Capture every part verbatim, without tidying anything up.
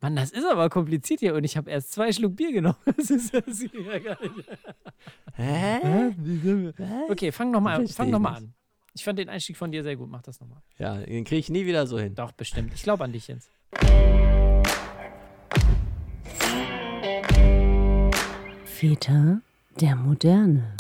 Mann, das ist aber kompliziert hier und ich habe erst zwei Schluck Bier genommen. Das ist das ist ja gar nicht. Hä? Okay, fang nochmal Versteh fang ich noch mal nicht. an. Ich fand den Einstieg von dir sehr gut. Mach das nochmal. Ja, den kriege ich nie wieder so hin. Doch, bestimmt. Ich glaube an dich, Jens. Väter der Moderne.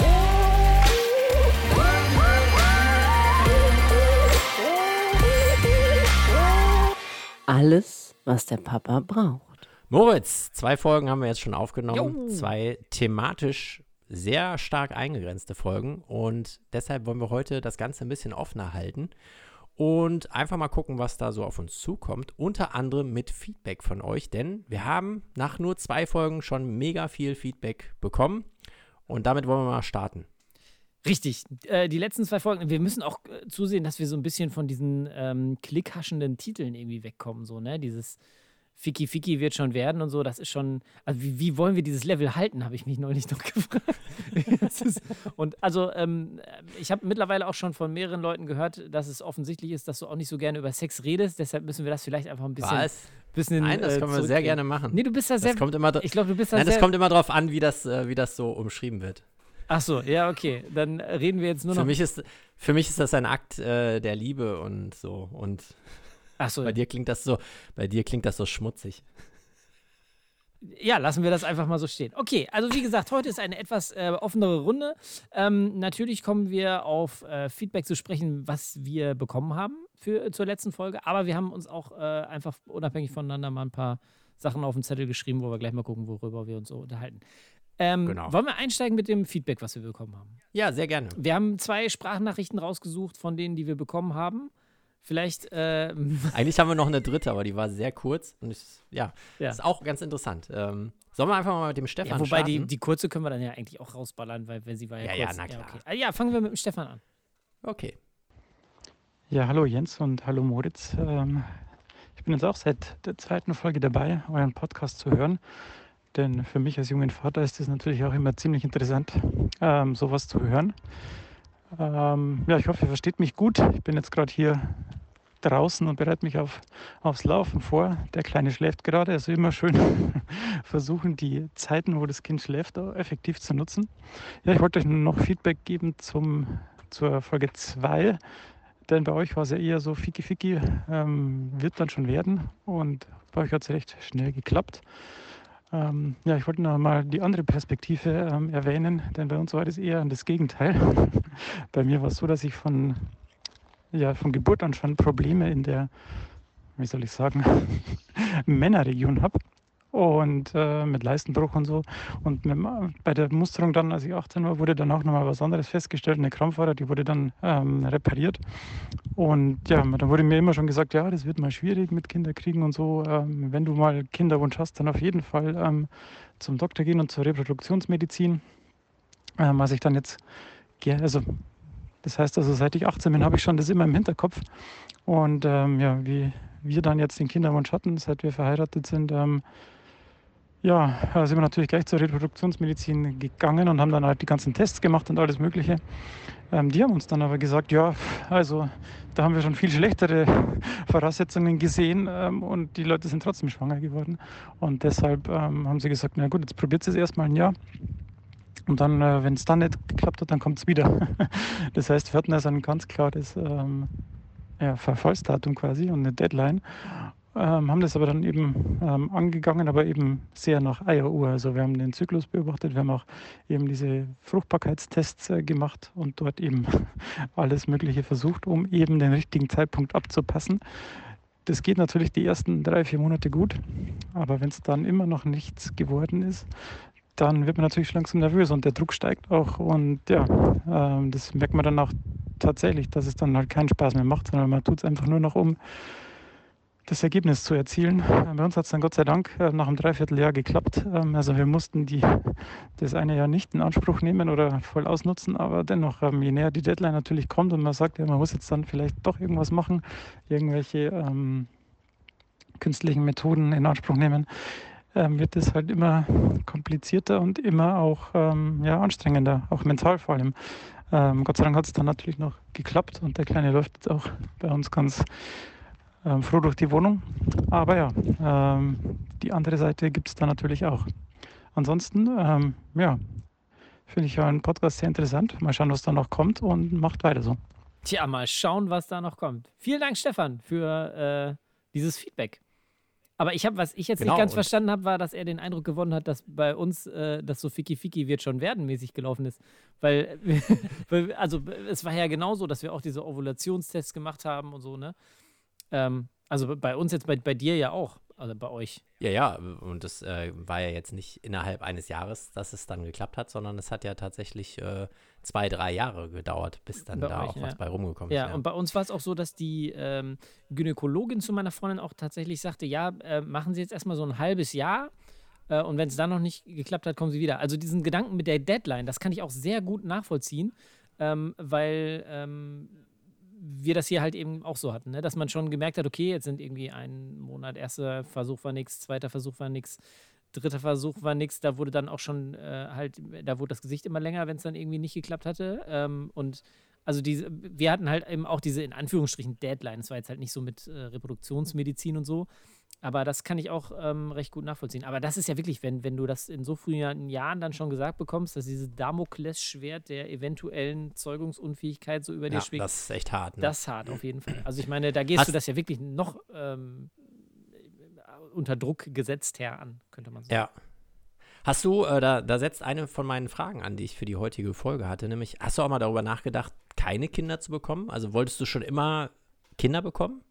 Alles, was der Papa braucht. Moritz, zwei Folgen haben wir jetzt schon aufgenommen. Jo. Zwei thematisch sehr stark eingegrenzte Folgen. Und deshalb wollen wir heute das Ganze ein bisschen offener halten und einfach mal gucken, was da so auf uns zukommt. Unter anderem mit Feedback von euch, denn wir haben nach nur zwei Folgen schon mega viel Feedback bekommen. Und damit wollen wir mal starten. Richtig. Äh, die letzten zwei Folgen, wir müssen auch äh, zusehen, dass wir so ein bisschen von diesen ähm, klickhaschenden Titeln irgendwie wegkommen. So, ne? Dieses Ficky Ficky wird schon werden und so, das ist schon, also wie, wie wollen wir dieses Level halten, habe ich mich neulich noch gefragt. Das ist, und also ähm, ich habe mittlerweile auch schon von mehreren Leuten gehört, dass es offensichtlich ist, dass du auch nicht so gerne über Sex redest, deshalb müssen wir das vielleicht einfach ein bisschen... Was? bisschen Nein, das äh, können wir sehr zurückdrehen. gerne machen. Nee, du bist da sehr... Das kommt immer, dr- ich glaube, du bist da Nein, sehr... das kommt immer drauf an, wie das, äh, wie das so umschrieben wird. Ach so, ja, okay. Dann reden wir jetzt nur noch... Für mich ist, für mich ist das ein Akt äh, der Liebe und so. Und Ach so, bei dir klingt das so, bei dir klingt das so schmutzig. ja, lassen wir das einfach mal so stehen. Okay, also wie gesagt, heute ist eine etwas äh, offenere Runde. Ähm, natürlich kommen wir auf äh, Feedback zu sprechen, was wir bekommen haben für, zur letzten Folge. Aber wir haben uns auch äh, einfach unabhängig voneinander mal ein paar Sachen auf den Zettel geschrieben, wo wir gleich mal gucken, worüber wir uns so unterhalten. Ähm, Genau. Wollen wir einsteigen mit dem Feedback, was wir bekommen haben? Ja, sehr gerne. Wir haben zwei Sprachnachrichten rausgesucht von denen, die wir bekommen haben. Vielleicht, äh, Eigentlich haben wir noch eine dritte, aber die war sehr kurz. Und ich, ja, Ja. ist auch ganz interessant. Ähm, sollen wir einfach mal mit dem Stefan ja, wobei die, starten? die kurze können wir dann ja eigentlich auch rausballern, weil wenn sie war ja, Ja, ja, kurz. na klar. okay. Ah, ja, fangen wir mit dem Stefan an. Okay. Ja, hallo Jens und hallo Moritz. Ähm, ich bin jetzt auch seit der zweiten Folge dabei, euren Podcast zu hören. Denn für mich als jungen Vater ist es natürlich auch immer ziemlich interessant, ähm, sowas zu hören. Ähm, ja, ich hoffe, ihr versteht mich gut. Ich bin jetzt gerade hier draußen und bereite mich auf, aufs Laufen vor. Der Kleine schläft gerade, also immer schön versuchen, die Zeiten, wo das Kind schläft, auch effektiv zu nutzen. Ja, ich wollte euch noch Feedback geben zum, zur Folge zwei. Denn bei euch war es ja eher so, Ficky Ficky ähm, wird dann schon werden. Und bei euch hat es recht schnell geklappt. Ähm, ja, ich wollte noch mal die andere Perspektive ähm, erwähnen, denn bei uns war das eher das Gegenteil. Bei mir war es so, dass ich von, ja, von Geburt an schon Probleme in der, wie soll ich sagen, Männerregion habe. Und äh, mit Leistenbruch und so. Und mit, bei der Musterung dann, als ich achtzehn war, wurde dann auch nochmal was anderes festgestellt. Eine Krampfader, die wurde dann ähm, repariert. Und ja, dann wurde mir immer schon gesagt, ja, das wird mal schwierig mit Kinderkriegen und so. Ähm, wenn du mal Kinderwunsch hast, dann auf jeden Fall ähm, zum Doktor gehen und zur Reproduktionsmedizin. Ähm, was ich dann jetzt, also das heißt also, seit ich achtzehn bin, habe ich schon das immer im Hinterkopf. Und ähm, ja, wie wir dann jetzt den Kinderwunsch hatten, seit wir verheiratet sind, ähm, ja, da sind wir natürlich gleich zur Reproduktionsmedizin gegangen und haben dann halt die ganzen Tests gemacht und alles Mögliche. Ähm, die haben uns dann aber gesagt, ja, also da haben wir schon viel schlechtere Voraussetzungen gesehen ähm, und die Leute sind trotzdem schwanger geworden. Und deshalb ähm, haben sie gesagt, na gut, jetzt probiert es erstmal ein Jahr. Und dann, äh, wenn es dann nicht geklappt hat, dann kommt es wieder. Das heißt, wir hatten also ein ganz klares ähm, ja, Verfallsdatum quasi und eine Deadline. Ähm, haben das aber dann eben ähm, angegangen, aber eben sehr nach Eieruhr. Also wir haben den Zyklus beobachtet, wir haben auch eben diese Fruchtbarkeitstests äh, gemacht und dort eben alles Mögliche versucht, um eben den richtigen Zeitpunkt abzupassen. Das geht natürlich die ersten drei, vier Monate gut, aber wenn es dann immer noch nichts geworden ist, dann wird man natürlich schon langsam nervös und der Druck steigt auch und ja, ähm, das merkt man dann auch tatsächlich, dass es dann halt keinen Spaß mehr macht, sondern man tut es einfach nur noch, um das Ergebnis zu erzielen. Bei uns hat es dann Gott sei Dank nach einem Dreivierteljahr geklappt. Also wir mussten die, das eine Jahr nicht in Anspruch nehmen oder voll ausnutzen, aber dennoch, je näher die Deadline natürlich kommt und man sagt, ja, man muss jetzt dann vielleicht doch irgendwas machen, irgendwelche ähm, künstlichen Methoden in Anspruch nehmen, ähm, wird es halt immer komplizierter und immer auch ähm, ja, anstrengender, auch mental vor allem. Ähm, Gott sei Dank hat es dann natürlich noch geklappt und der Kleine läuft jetzt auch bei uns ganz ähm, froh durch die Wohnung. Aber ja, ähm, die andere Seite gibt es da natürlich auch. Ansonsten, ähm, ja, finde ich euren Podcast sehr interessant. Mal schauen, was da noch kommt und macht weiter so. Tja, mal schauen, was da noch kommt. Vielen Dank, Stefan, für äh, dieses Feedback. Aber ich habe, was ich jetzt Genau, nicht ganz und- verstanden habe, war, dass er den Eindruck gewonnen hat, dass bei uns äh, das so Ficky Ficky wird schon werden mäßig gelaufen ist. Weil, weil, also es war ja genauso, dass wir auch diese Ovulationstests gemacht haben und so, ne? Ähm, also bei uns jetzt, bei, bei dir ja auch, also bei euch. Ja, ja, und das äh, war ja jetzt nicht innerhalb eines Jahres, dass es dann geklappt hat, sondern es hat ja tatsächlich äh, zwei, drei Jahre gedauert, bis dann Bei da euch, auch ja. was bei rumgekommen Ja, ist. und bei uns war es auch so, dass die ähm, Gynäkologin zu meiner Freundin auch tatsächlich sagte, ja, äh, machen Sie jetzt erstmal so ein halbes Jahr äh, und wenn es dann noch nicht geklappt hat, kommen Sie wieder. Also diesen Gedanken mit der Deadline, das kann ich auch sehr gut nachvollziehen, ähm, weil ähm, wir das hier halt eben auch so hatten, ne? Dass man schon gemerkt hat, okay, jetzt sind irgendwie ein Monat, erster Versuch war nichts, zweiter Versuch war nichts, dritter Versuch war nichts, da wurde dann auch schon äh, halt, da wurde das Gesicht immer länger, wenn es dann irgendwie nicht geklappt hatte. Ähm, und also diese, wir hatten halt eben auch diese in Anführungsstrichen Deadline. Es war jetzt halt nicht so mit äh, Reproduktionsmedizin und so, aber das kann ich auch ähm, recht gut nachvollziehen. Aber das ist ja wirklich, wenn, wenn du das in so frühen Jahren dann schon gesagt bekommst, dass dieses Damoklesschwert der eventuellen Zeugungsunfähigkeit so über dir Ja, schwebt, das ist echt hart. Ne? das ist hart auf jeden Fall. Also ich meine, da gehst Hast- du das ja wirklich noch ähm, unter Druck gesetzt her an, könnte man sagen. Ja. Hast du, äh, da, da setzt eine von meinen Fragen an, die ich für die heutige Folge hatte, nämlich, hast du auch mal darüber nachgedacht, keine Kinder zu bekommen? Also wolltest du schon immer Kinder bekommen?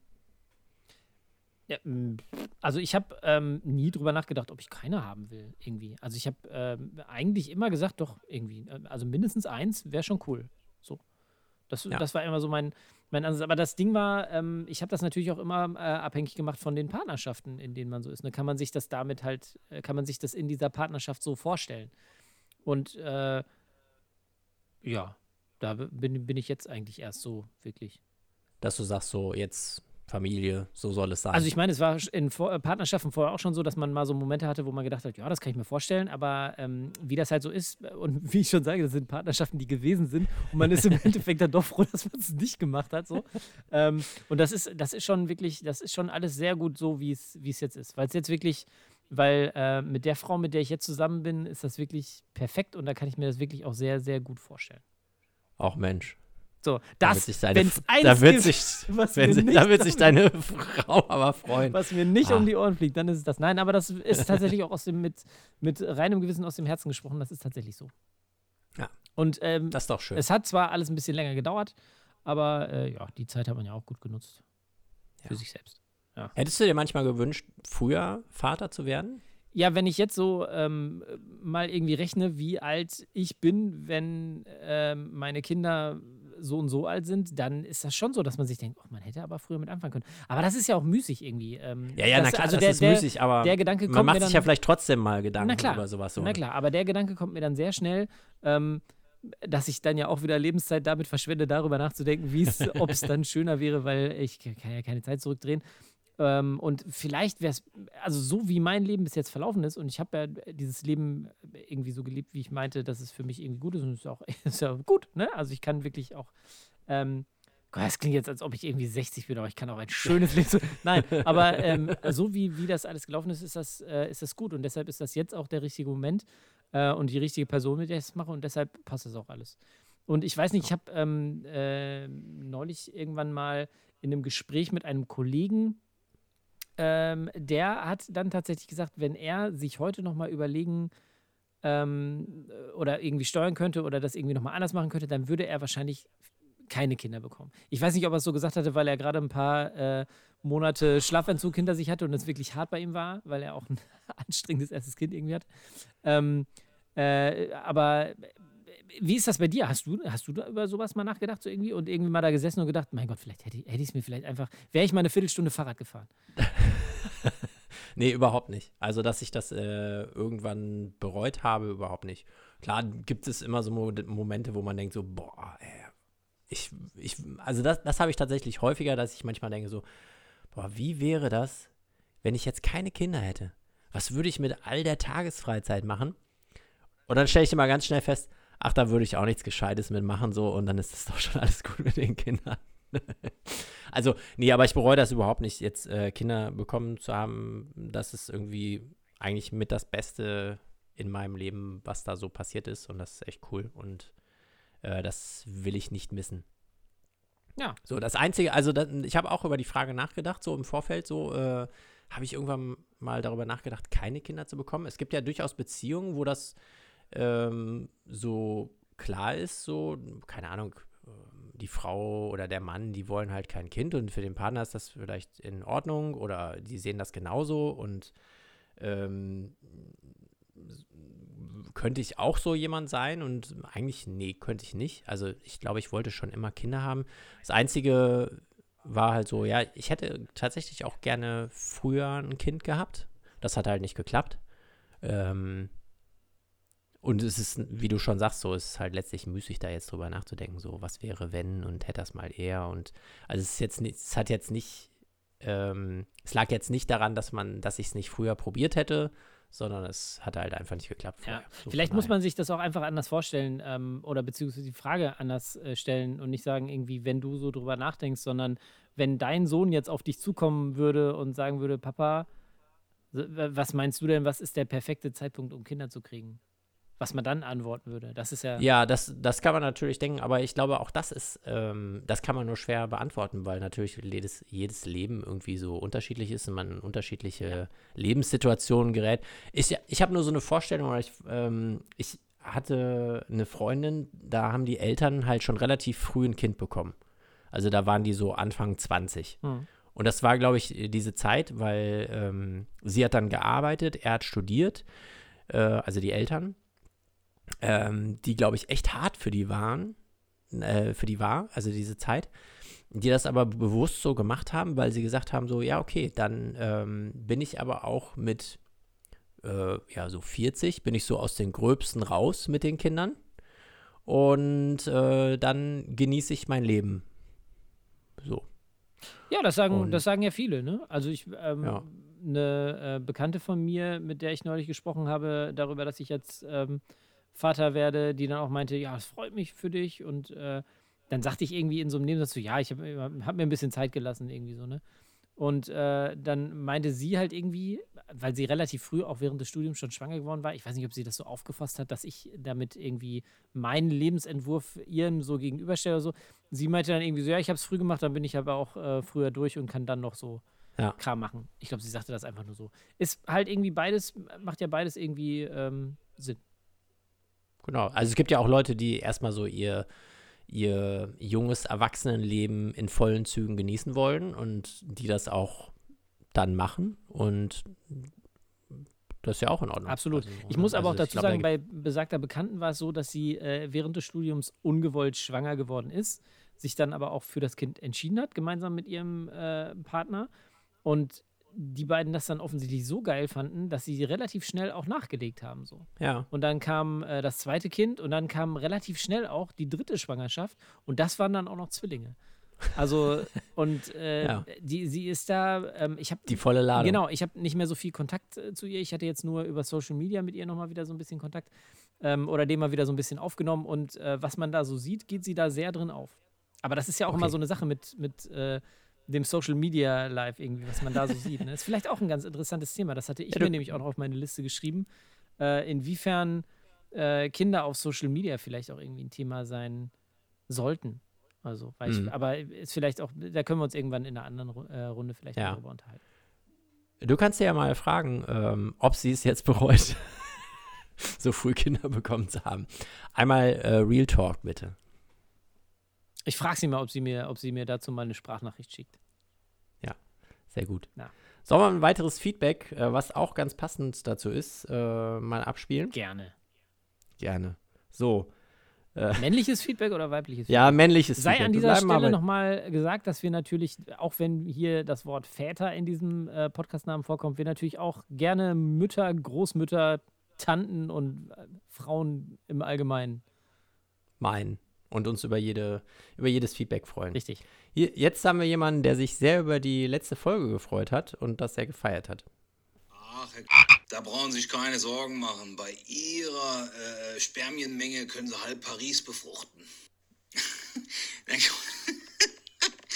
Ja, m, also ich habe ähm, nie drüber nachgedacht, ob ich keine haben will, irgendwie. Also ich habe ähm, eigentlich immer gesagt, doch, irgendwie. äh, Also mindestens eins wäre schon cool. So. Das, Ja. das war immer so mein, mein Ansatz. Aber das Ding war, ähm, ich habe das natürlich auch immer äh, abhängig gemacht von den Partnerschaften, in denen man so ist. Ne? Kann man sich das damit halt, äh, kann man sich das in dieser Partnerschaft so vorstellen? Und äh, ja, da bin, bin ich jetzt eigentlich erst so wirklich. Dass du sagst, so jetzt Familie, so soll es sein. Also ich meine, es war in Vor- äh, Partnerschaften vorher auch schon so, dass man mal so Momente hatte, wo man gedacht hat, ja, das kann ich mir vorstellen, aber ähm, wie das halt so ist äh, und wie ich schon sage, das sind Partnerschaften, die gewesen sind und man ist im Endeffekt dann doch froh, dass man es nicht gemacht hat. So. Ähm, und das ist, das ist schon wirklich, das ist schon alles sehr gut so, wie es wie es jetzt ist. Weil es jetzt wirklich, weil äh, mit der Frau, mit der ich jetzt zusammen bin, ist das wirklich perfekt und da kann ich mir das wirklich auch sehr, sehr gut vorstellen. auch Mensch. So, Da das, wird sich deine, wenn es eins da wird gibt, sich, was wenn mir sie, nicht da wird sich deine Frau aber freuen. was mir nicht Ah. um die Ohren fliegt, dann ist es das. Nein, aber das ist tatsächlich auch aus dem, mit, mit reinem Gewissen aus dem Herzen gesprochen, das ist tatsächlich so. Ja. Und ähm, Das ist doch schön. es hat zwar alles ein bisschen länger gedauert, aber äh, ja, die Zeit hat man ja auch gut genutzt. Für Ja. sich selbst. Hättest du dir manchmal gewünscht, früher Vater zu werden? Ja, wenn ich jetzt so ähm, mal irgendwie rechne, wie alt ich bin, wenn ähm, meine Kinder so und so alt sind, dann ist das schon so, dass man sich denkt, oh, man hätte aber früher mit anfangen können. Aber das ist ja auch müßig irgendwie. Ähm, Ja, ja, das, na klar, also das der, ist der, müßig, aber der Gedanke man kommt macht mir sich dann, ja vielleicht trotzdem mal Gedanken Na klar, über sowas. So. Na klar, aber der Gedanke kommt mir dann sehr schnell, ähm, dass ich dann ja auch wieder Lebenszeit damit verschwende, darüber nachzudenken, wie es, ob es dann schöner wäre, weil ich kann ja keine Zeit zurückdrehen. Ähm, und vielleicht wäre es, also so wie mein Leben bis jetzt verlaufen ist, und ich habe ja dieses Leben irgendwie so gelebt, wie ich meinte, dass es für mich irgendwie gut ist, und es ist auch ist ja gut, ne? Also ich kann wirklich auch, ähm, Gott, das klingt jetzt, als ob ich irgendwie sechzig bin, aber ich kann auch ein schönes Leben. Nein, aber ähm, so wie, wie das alles gelaufen ist, ist das, äh, ist das gut. Und deshalb ist das jetzt auch der richtige Moment äh, und die richtige Person, mit der ich es mache. Und deshalb passt das auch alles. Und ich weiß nicht, ich habe ähm, äh, neulich irgendwann mal in einem Gespräch mit einem Kollegen, ähm, der hat dann tatsächlich gesagt, wenn er sich heute nochmal überlegen ähm, oder irgendwie steuern könnte oder das irgendwie nochmal anders machen könnte, dann würde er wahrscheinlich keine Kinder bekommen. Ich weiß nicht, ob er es so gesagt hatte, weil er gerade ein paar äh, Monate Schlafentzug hinter sich hatte und es wirklich hart bei ihm war, weil er auch ein anstrengendes erstes Kind irgendwie hat. Ähm, äh, aber wie ist das bei dir? Hast du, hast du da über sowas mal nachgedacht so irgendwie und irgendwie mal da gesessen und gedacht, mein Gott, vielleicht hätte ich hätte ich es mir vielleicht einfach, wäre ich mal eine Viertelstunde Fahrrad gefahren. Nee, überhaupt nicht. Also, dass ich das äh, irgendwann bereut habe, überhaupt nicht. Klar gibt es immer so Mo- Momente, wo man denkt so, boah, ey, ich, ich, also das, das habe ich tatsächlich häufiger, dass ich manchmal denke so, boah, wie wäre das, wenn ich jetzt keine Kinder hätte? Was würde ich mit all der Tagesfreizeit machen? Und dann stelle ich immer ganz schnell fest, ach, da würde ich auch nichts Gescheites mitmachen so und dann ist das doch schon alles gut mit den Kindern. Also, nee, aber ich bereue das überhaupt nicht, jetzt äh, Kinder bekommen zu haben. Das ist irgendwie eigentlich mit das Beste in meinem Leben, was da so passiert ist. Und das ist echt cool. Und äh, das will ich nicht missen. Ja. So, das Einzige, also das, ich habe auch über die Frage nachgedacht, so im Vorfeld, so äh, habe ich irgendwann mal darüber nachgedacht, keine Kinder zu bekommen. Es gibt ja durchaus Beziehungen, wo das ähm, so klar ist, so, keine Ahnung, die Frau oder der Mann, die wollen halt kein Kind und für den Partner ist das vielleicht in Ordnung oder die sehen das genauso und ähm, könnte ich auch so jemand sein und eigentlich, nee, könnte ich nicht. Also ich glaube, ich wollte schon immer Kinder haben. Das Einzige war halt so, ja, ich hätte tatsächlich auch gerne früher ein Kind gehabt. Das hat halt nicht geklappt. Ähm, und es ist, wie du schon sagst, so, es ist halt letztlich müßig, da jetzt drüber nachzudenken, so, was wäre, wenn und hätte das mal eher und, also es ist jetzt nicht, es hat jetzt nicht, ähm, es lag jetzt nicht daran, dass man, dass ich es nicht früher probiert hätte, sondern es hat halt einfach nicht geklappt. Ja. So Vielleicht muss man sich das auch einfach anders vorstellen ähm, oder beziehungsweise die Frage anders äh, stellen und nicht sagen, irgendwie, wenn du so drüber nachdenkst, sondern wenn dein Sohn jetzt auf dich zukommen würde und sagen würde, Papa, was meinst du denn, was ist der perfekte Zeitpunkt, um Kinder zu kriegen? Was man dann antworten würde. Das ist ja. Ja, das, das kann man natürlich denken, aber ich glaube, auch das ist, ähm, das kann man nur schwer beantworten, weil natürlich jedes, jedes Leben irgendwie so unterschiedlich ist und man in unterschiedliche ja. Lebenssituationen gerät. Ich, ich habe nur so eine Vorstellung, oder ich, ähm, ich hatte eine Freundin, da haben die Eltern halt schon relativ früh ein Kind bekommen. Also da waren die so Anfang zwanzig. Hm. Und das war, glaube ich, diese Zeit, weil ähm, sie hat dann gearbeitet, er hat studiert, äh, also die Eltern. Ähm, die, glaube ich, echt hart für die waren, äh, für die war, also diese Zeit, die das aber bewusst so gemacht haben, weil sie gesagt haben, so, ja, okay, dann ähm, bin ich aber auch mit, äh, ja, so vierzig, bin ich so aus den Gröbsten raus mit den Kindern und äh, dann genieße ich mein Leben. So. Ja, das sagen, und, das sagen ja viele, ne? Also ich, ähm, ja. eine äh, Bekannte von mir, mit der ich neulich gesprochen habe, darüber, dass ich jetzt ähm, Vater werde, die dann auch meinte, ja, es freut mich für dich und äh, dann sagte ich irgendwie in so einem Nebensatz so, ja, ich habe hab mir ein bisschen Zeit gelassen irgendwie so, ne? Und äh, dann meinte sie halt irgendwie, weil sie relativ früh auch während des Studiums schon schwanger geworden war, ich weiß nicht, ob sie das so aufgefasst hat, dass ich damit irgendwie meinen Lebensentwurf ihrem so gegenüberstelle oder so. Sie meinte dann irgendwie so, ja, ich habe es früh gemacht, dann bin ich aber auch äh, früher durch und kann dann noch so ja. Kram machen. Ich glaube, sie sagte das einfach nur so. Ist halt irgendwie beides, macht ja beides irgendwie ähm, Sinn. Genau, also es gibt ja auch Leute, die erstmal so ihr, ihr junges Erwachsenenleben in vollen Zügen genießen wollen und die das auch dann machen und das ist ja auch in Ordnung. Absolut. Also, ich muss aber also auch dazu glaub, sagen, bei besagter Bekannten war es so, dass sie äh, während des Studiums ungewollt schwanger geworden ist, sich dann aber auch für das Kind entschieden hat, gemeinsam mit ihrem äh, Partner und die beiden das dann offensichtlich so geil fanden, dass sie relativ schnell auch nachgelegt haben. So. Ja. Und dann kam äh, das zweite Kind und dann kam relativ schnell auch die dritte Schwangerschaft und das waren dann auch noch Zwillinge. Also, und äh, ja. die, sie ist da, ähm, ich habe die volle Ladung. Genau, ich habe nicht mehr so viel Kontakt äh, zu ihr. Ich hatte jetzt nur über Social Media mit ihr nochmal wieder so ein bisschen Kontakt ähm, oder den mal wieder so ein bisschen aufgenommen und äh, was man da so sieht, geht sie da sehr drin auf. Aber das ist ja auch okay. immer so eine Sache mit, mit äh, dem Social Media Live irgendwie, was man da so sieht. Ne? Ist vielleicht auch ein ganz interessantes Thema. Das hatte ich ja, mir nämlich auch noch auf meine Liste geschrieben. Äh, inwiefern äh, Kinder auf Social Media vielleicht auch irgendwie ein Thema sein sollten. Also, weil mhm. ich, aber ist vielleicht auch, da können wir uns irgendwann in einer anderen äh, Runde vielleicht ja. darüber unterhalten. Du kannst dir ja mal fragen, ähm, ob sie es jetzt bereut, so früh Kinder bekommen zu haben. Einmal äh, Real Talk, bitte. Ich frage sie mal, ob sie mir, ob sie mir dazu mal eine Sprachnachricht schickt. Ja, sehr gut. Ja. Sollen wir ein weiteres Feedback, äh, was auch ganz passend dazu ist, äh, mal abspielen? Gerne. Gerne. So. Äh, männliches Feedback oder weibliches Feedback? Ja, männliches Sei Feedback. Sei an dieser Stelle nochmal gesagt, dass wir natürlich, auch wenn hier das Wort Väter in diesem äh, Podcastnamen vorkommt, wir natürlich auch gerne Mütter, Großmütter, Tanten und äh, Frauen im Allgemeinen meinen. Und uns über, jede, über jedes Feedback freuen. Richtig. Hier, jetzt haben wir jemanden, der sich sehr über die letzte Folge gefreut hat und das sehr gefeiert hat. Ach, da brauchen Sie sich keine Sorgen machen. Bei Ihrer äh, Spermienmenge können Sie halb Paris befruchten.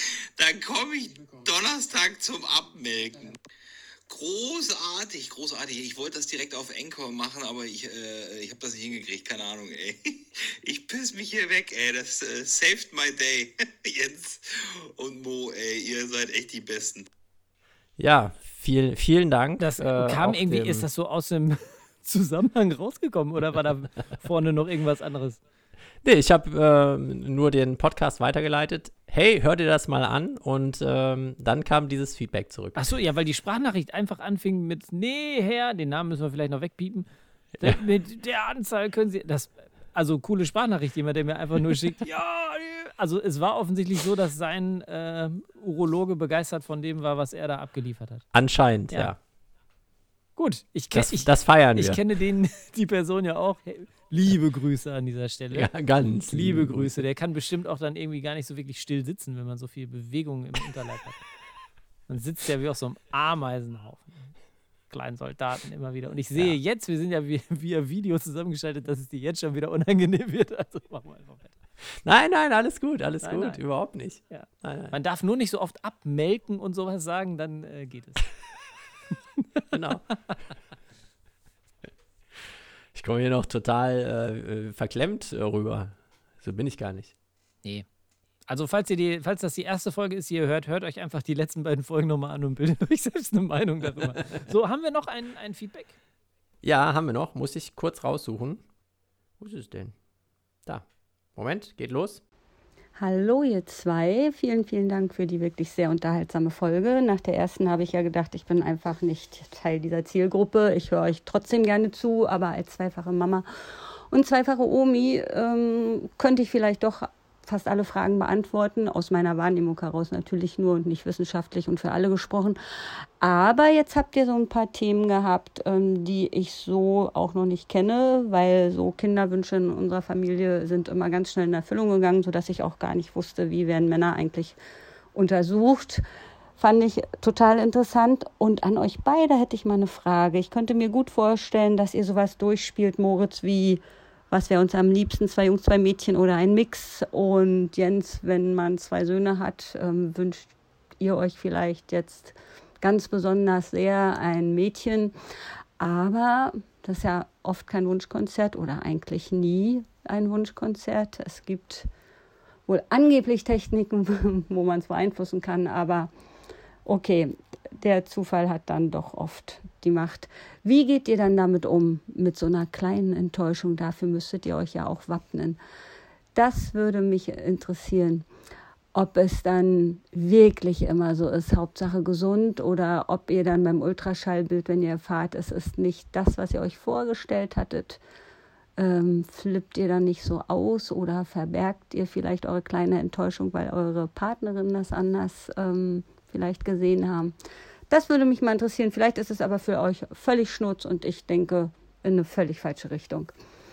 Dann komme ich Donnerstag zum Abmelken. Großartig, großartig. Ich wollte das direkt auf Anchor machen, aber ich, äh, ich habe das nicht hingekriegt. Keine Ahnung, ey. Ich piss mich hier weg, ey. Das äh, saved my day. Jens und Mo, ey. Ihr seid echt die Besten. Ja, viel, vielen Dank. Das äh, kam auch irgendwie, dem- ist das so aus dem Zusammenhang rausgekommen oder war da vorne noch irgendwas anderes? Nee, ich habe äh, nur den Podcast weitergeleitet. Hey, hör dir das mal an. Und ähm, dann kam dieses Feedback zurück. Achso, ja, weil die Sprachnachricht einfach anfing mit Nee, Herr, den Namen müssen wir vielleicht noch wegpiepen. Der, mit der Anzahl können Sie. Das, also coole Sprachnachricht, jemand, der mir einfach nur schickt, ja, also es war offensichtlich so, dass sein äh, Urologe begeistert von dem war, was er da abgeliefert hat. Anscheinend, Ja. ja. Gut, ich, kenn, Das, ich, das feiern ich wir. kenne den, die Person ja auch. Hey, liebe Grüße an dieser Stelle. Ja, ganz Liebe Grüße. Der kann bestimmt auch dann irgendwie gar nicht so wirklich still sitzen, wenn man so viel Bewegung im Unterleib hat. Man sitzt ja wie auf so einem Ameisenhaufen. Kleinen Soldaten immer wieder. Und ich sehe Ja. jetzt, wir sind ja via, via Video zusammengeschaltet, dass es dir jetzt schon wieder unangenehm wird. Also machen wir einfach weiter. Nein, nein, alles gut, alles Nein, gut. nein. Überhaupt nicht. Ja. Nein, nein. Man darf nur nicht so oft abmelken und sowas sagen, dann äh, geht es. Genau. Ich komme hier noch total äh, äh, verklemmt äh, rüber. So bin ich gar nicht. Nee. Also falls ihr die, falls das die erste Folge ist, die ihr hört, hört euch einfach die letzten beiden Folgen nochmal an und bildet euch selbst eine Meinung darüber. So, haben wir noch ein, ein Feedback? Ja, haben wir noch. Muss ich kurz raussuchen. Wo ist es denn? Da. Moment, geht los. Hallo ihr zwei, vielen, vielen Dank für die wirklich sehr unterhaltsame Folge. Nach der ersten habe ich ja gedacht, ich bin einfach nicht Teil dieser Zielgruppe. Ich höre euch trotzdem gerne zu, aber als zweifache Mama und zweifache Omi ähm, könnte ich vielleicht doch fast alle Fragen beantworten. Aus meiner Wahrnehmung heraus natürlich nur und nicht wissenschaftlich und für alle gesprochen. Aber jetzt habt ihr so ein paar Themen gehabt, ähm, die ich so auch noch nicht kenne, weil so Kinderwünsche in unserer Familie sind immer ganz schnell in Erfüllung gegangen, sodass ich auch gar nicht wusste, wie werden Männer eigentlich untersucht. Fand ich total interessant. Und an euch beide hätte ich mal eine Frage. Ich könnte mir gut vorstellen, dass ihr sowas durchspielt, Moritz, wie was wäre uns am liebsten, zwei Jungs, zwei Mädchen oder ein Mix. Und Jens, wenn man zwei Söhne hat, ähm, wünscht ihr euch vielleicht jetzt ganz besonders sehr ein Mädchen. Aber das ist ja oft kein Wunschkonzert oder eigentlich nie ein Wunschkonzert. Es gibt wohl angeblich Techniken, wo man es beeinflussen kann, aber okay, der Zufall hat dann doch oft die Macht. Wie geht ihr dann damit um, mit so einer kleinen Enttäuschung? Dafür müsstet ihr euch ja auch wappnen. Das würde mich interessieren, ob es dann wirklich immer so ist, Hauptsache gesund, oder ob ihr dann beim Ultraschallbild, wenn ihr erfahrt, es ist nicht das, was ihr euch vorgestellt hattet, ähm, flippt ihr dann nicht so aus oder verbergt ihr vielleicht eure kleine Enttäuschung, weil eure Partnerin das anders ähm, vielleicht gesehen haben. Das würde mich mal interessieren. Vielleicht ist es aber für euch völlig Schnurz und ich denke in eine völlig falsche Richtung.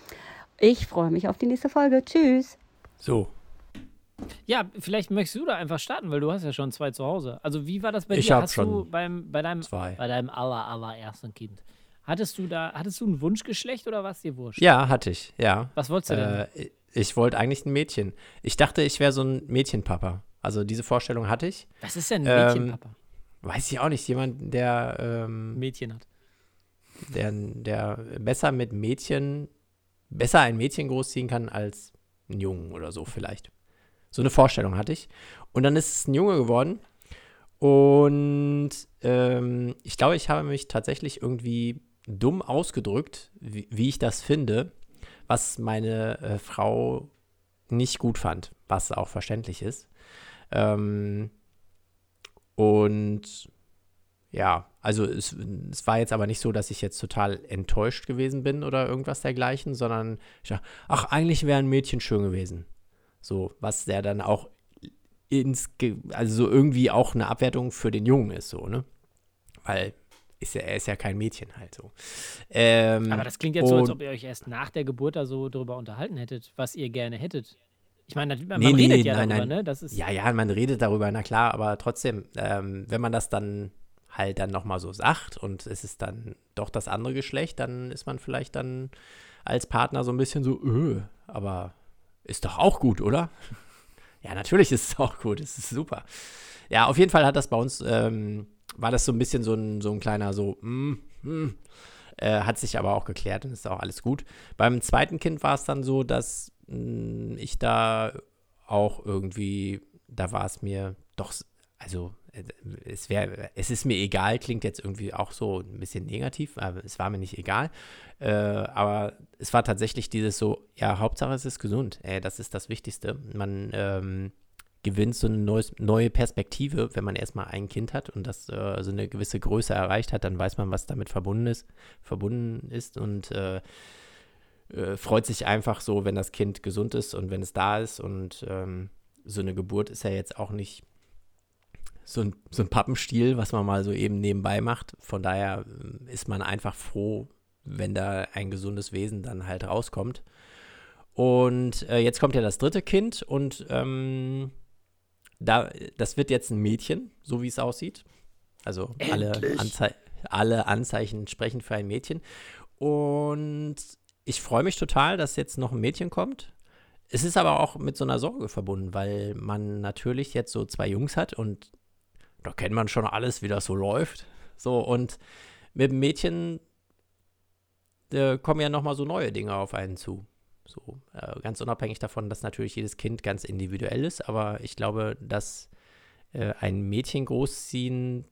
Ich freue mich auf die nächste Folge. Tschüss. So. Ja, vielleicht möchtest du da einfach starten, weil du hast ja schon zwei zu Hause. Also wie war das bei Ich dir? hab Hast schon du beim, bei deinem, zwei. bei deinem aller, allerersten Kind, hattest du da, hattest du ein Wunschgeschlecht oder war es dir wurscht? Ja, hatte ich, ja. Was wolltest du denn? Äh, ich wollte eigentlich ein Mädchen. Ich dachte, ich wäre so ein Mädchenpapa. Also diese Vorstellung hatte ich. Was ist denn ein ähm, Mädchenpapa? Weiß ich auch nicht. Jemand, der, ähm, Mädchen hat. der, der besser mit Mädchen, besser ein Mädchen großziehen kann als einen Jungen oder so vielleicht. So eine Vorstellung hatte ich. Und dann ist es ein Junge geworden. Und ähm, ich glaube, ich habe mich tatsächlich irgendwie dumm ausgedrückt, wie, wie ich das finde, was meine äh, Frau nicht gut fand, was auch verständlich ist. Ähm, und ja, also es, es war jetzt aber nicht so, dass ich jetzt total enttäuscht gewesen bin oder irgendwas dergleichen, sondern ich dachte, ach, eigentlich wäre ein Mädchen schön gewesen. So, was der dann auch ins, also so irgendwie auch eine Abwertung für den Jungen ist, so, ne? Weil ist ja, er ist ja kein Mädchen halt so. Ähm, Aber das klingt jetzt so, als und- ob ihr euch erst nach der Geburt da so drüber unterhalten hättet, was ihr gerne hättet. Ich meine, man Nee, redet nee, ja nein, darüber, nein. ne? Das ist, Ja, ja, man redet darüber, na klar, aber trotzdem, ähm, wenn man das dann halt dann nochmal so sagt und es ist dann doch das andere Geschlecht, dann ist man vielleicht dann als Partner so ein bisschen so, öh, aber ist doch auch gut, oder? Ja, natürlich ist es auch gut, es ist super. Ja, auf jeden Fall hat das bei uns, ähm, war das so ein bisschen so ein, so ein kleiner so, mm, mm, äh, hat sich aber auch geklärt und ist auch alles gut. Beim zweiten Kind war es dann so, dass mh, ich da auch irgendwie, da war es mir doch, also es wäre, es ist mir egal, klingt jetzt irgendwie auch so ein bisschen negativ, aber es war mir nicht egal. Äh, aber es war tatsächlich dieses so, ja, Hauptsache es ist gesund. Äh, das ist das Wichtigste. Man ähm, gewinnt so eine neues, neue Perspektive, wenn man erstmal ein Kind hat und das äh, so eine gewisse Größe erreicht hat, dann weiß man, was damit verbunden ist, verbunden ist und äh, äh, freut sich einfach so, wenn das Kind gesund ist und wenn es da ist. Und ähm, so eine Geburt ist ja jetzt auch nicht so ein, so ein Pappenstiel, was man mal so eben nebenbei macht. Von daher ist man einfach froh, wenn da ein gesundes Wesen dann halt rauskommt. Und äh, jetzt kommt ja das dritte Kind und ähm, da, das wird jetzt ein Mädchen, so wie es aussieht. Also alle, Anzei- alle Anzeichen sprechen für ein Mädchen. Und ich freue mich total, dass jetzt noch ein Mädchen kommt. Es ist aber auch mit so einer Sorge verbunden, weil man natürlich jetzt so zwei Jungs hat und da kennt man schon alles, wie das so läuft. So, und mit dem Mädchen äh, kommen ja nochmal so neue Dinge auf einen zu. So, äh, ganz unabhängig davon, dass natürlich jedes Kind ganz individuell ist, aber ich glaube, dass äh, ein Mädchen großziehen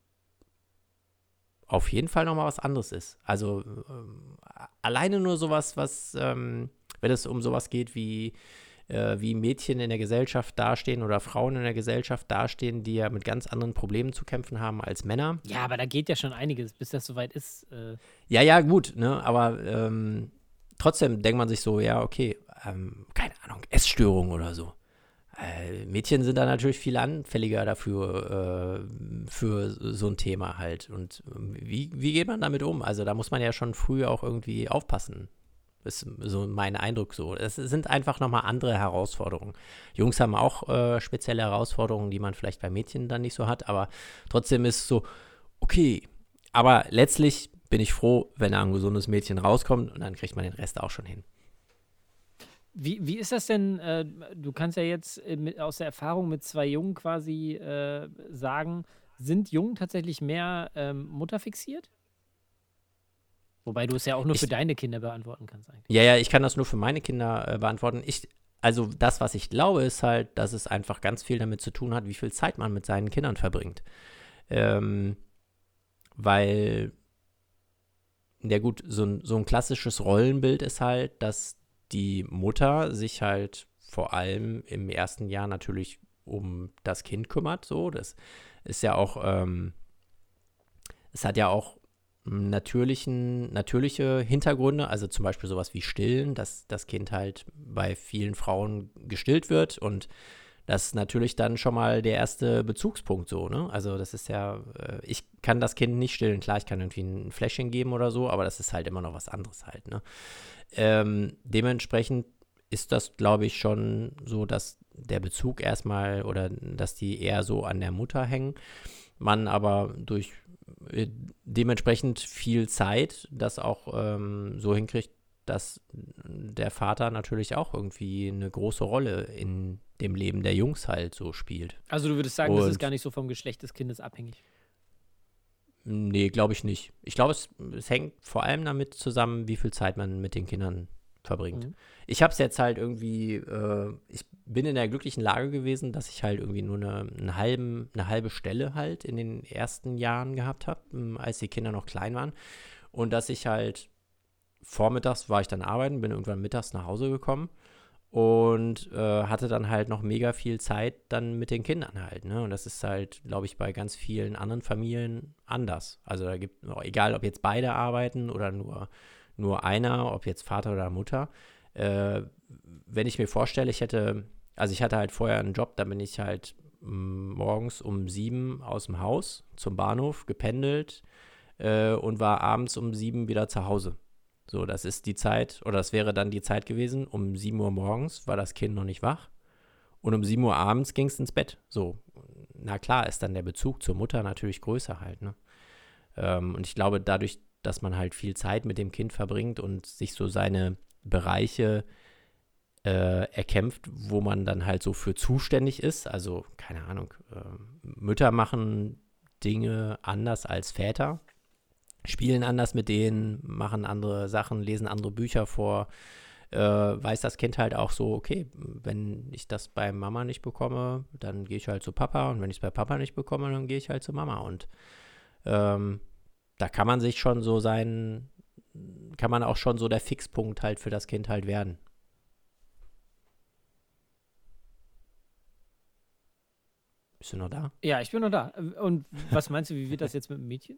auf jeden Fall nochmal was anderes ist. Also ähm, alleine nur sowas, was, ähm, wenn es um sowas geht wie wie Mädchen in der Gesellschaft dastehen oder Frauen in der Gesellschaft dastehen, die ja mit ganz anderen Problemen zu kämpfen haben als Männer. Ja, aber da geht ja schon einiges, bis das soweit ist. Äh. Ja, ja, gut, ne, aber ähm, trotzdem denkt man sich so, ja, okay, ähm, keine Ahnung, Essstörung oder so. Äh, Mädchen sind da natürlich viel anfälliger dafür, äh, für so ein Thema halt. Und wie, wie geht man damit um? Also da muss man ja schon früh auch irgendwie aufpassen. Ist so mein Eindruck so. Es sind einfach nochmal andere Herausforderungen. Jungs haben auch äh, spezielle Herausforderungen, die man vielleicht bei Mädchen dann nicht so hat, aber trotzdem ist es so, okay. Aber letztlich bin ich froh, wenn ein gesundes Mädchen rauskommt und dann kriegt man den Rest auch schon hin. Wie, wie ist das denn, äh, du kannst ja jetzt äh, mit, aus der Erfahrung mit zwei Jungen quasi äh, sagen, sind Jungen tatsächlich mehr ähm, mutterfixiert? Wobei du es ja auch nur ich, für deine Kinder beantworten kannst eigentlich. Ja, ja, ich kann das nur für meine Kinder äh, beantworten. Ich, also das, was ich glaube, ist halt, dass es einfach ganz viel damit zu tun hat, wie viel Zeit man mit seinen Kindern verbringt. Ähm, weil, ja gut, so ein, so ein klassisches Rollenbild ist halt, dass die Mutter sich halt vor allem im ersten Jahr natürlich um das Kind kümmert. So, das ist ja auch, ähm, es hat ja auch natürlichen, natürliche Hintergründe, also zum Beispiel sowas wie Stillen, dass das Kind halt bei vielen Frauen gestillt wird und das ist natürlich dann schon mal der erste Bezugspunkt so, ne? Also das ist ja, äh, ich kann das Kind nicht stillen, klar, ich kann irgendwie ein Fläschchen geben oder so, aber das ist halt immer noch was anderes halt, ne? Ähm, dementsprechend ist das, glaube ich, schon so, dass der Bezug erstmal oder dass die eher so an der Mutter hängen, man aber durch dementsprechend viel Zeit das auch ähm, so hinkriegt, dass der Vater natürlich auch irgendwie eine große Rolle in dem Leben der Jungs halt so spielt. Also du würdest sagen, Und das ist gar nicht so vom Geschlecht des Kindes abhängig? Nee, glaube ich nicht. Ich glaube, es, es hängt vor allem damit zusammen, wie viel Zeit man mit den Kindern verbringt. Mhm. Ich habe es jetzt halt irgendwie, äh, ich bin in der glücklichen Lage gewesen, dass ich halt irgendwie nur eine, eine, halben, eine halbe Stelle halt in den ersten Jahren gehabt habe, als die Kinder noch klein waren. Und dass ich halt vormittags war ich dann arbeiten, bin irgendwann mittags nach Hause gekommen und äh, hatte dann halt noch mega viel Zeit dann mit den Kindern halt, ne? Und das ist halt, glaube ich, bei ganz vielen anderen Familien anders. Also da gibt, egal ob jetzt beide arbeiten oder nur nur einer, ob jetzt Vater oder Mutter. Äh, wenn ich mir vorstelle, ich hätte, also ich hatte halt vorher einen Job, da bin ich halt m, morgens um sieben aus dem Haus zum Bahnhof gependelt äh, und war abends um sieben wieder zu Hause. So, das ist die Zeit, oder das wäre dann die Zeit gewesen, um sieben Uhr morgens war das Kind noch nicht wach und um sieben Uhr abends ging es ins Bett. So, na klar ist dann der Bezug zur Mutter natürlich größer halt, ne? Ähm, und ich glaube, dadurch, dass man halt viel Zeit mit dem Kind verbringt und sich so seine Bereiche äh, erkämpft, wo man dann halt so für zuständig ist. Also, keine Ahnung, äh, Mütter machen Dinge anders als Väter, spielen anders mit denen, machen andere Sachen, lesen andere Bücher vor. Äh, weiß das Kind halt auch so, okay, wenn ich das bei Mama nicht bekomme, dann gehe ich halt zu Papa, und wenn ich es bei Papa nicht bekomme, dann gehe ich halt zu Mama. Und ähm, da kann man sich schon so sein, kann man auch schon so der Fixpunkt halt für das Kind halt werden. Bist du noch da? Ja, ich bin noch da. Und was meinst du, wie wird das jetzt mit dem Mädchen?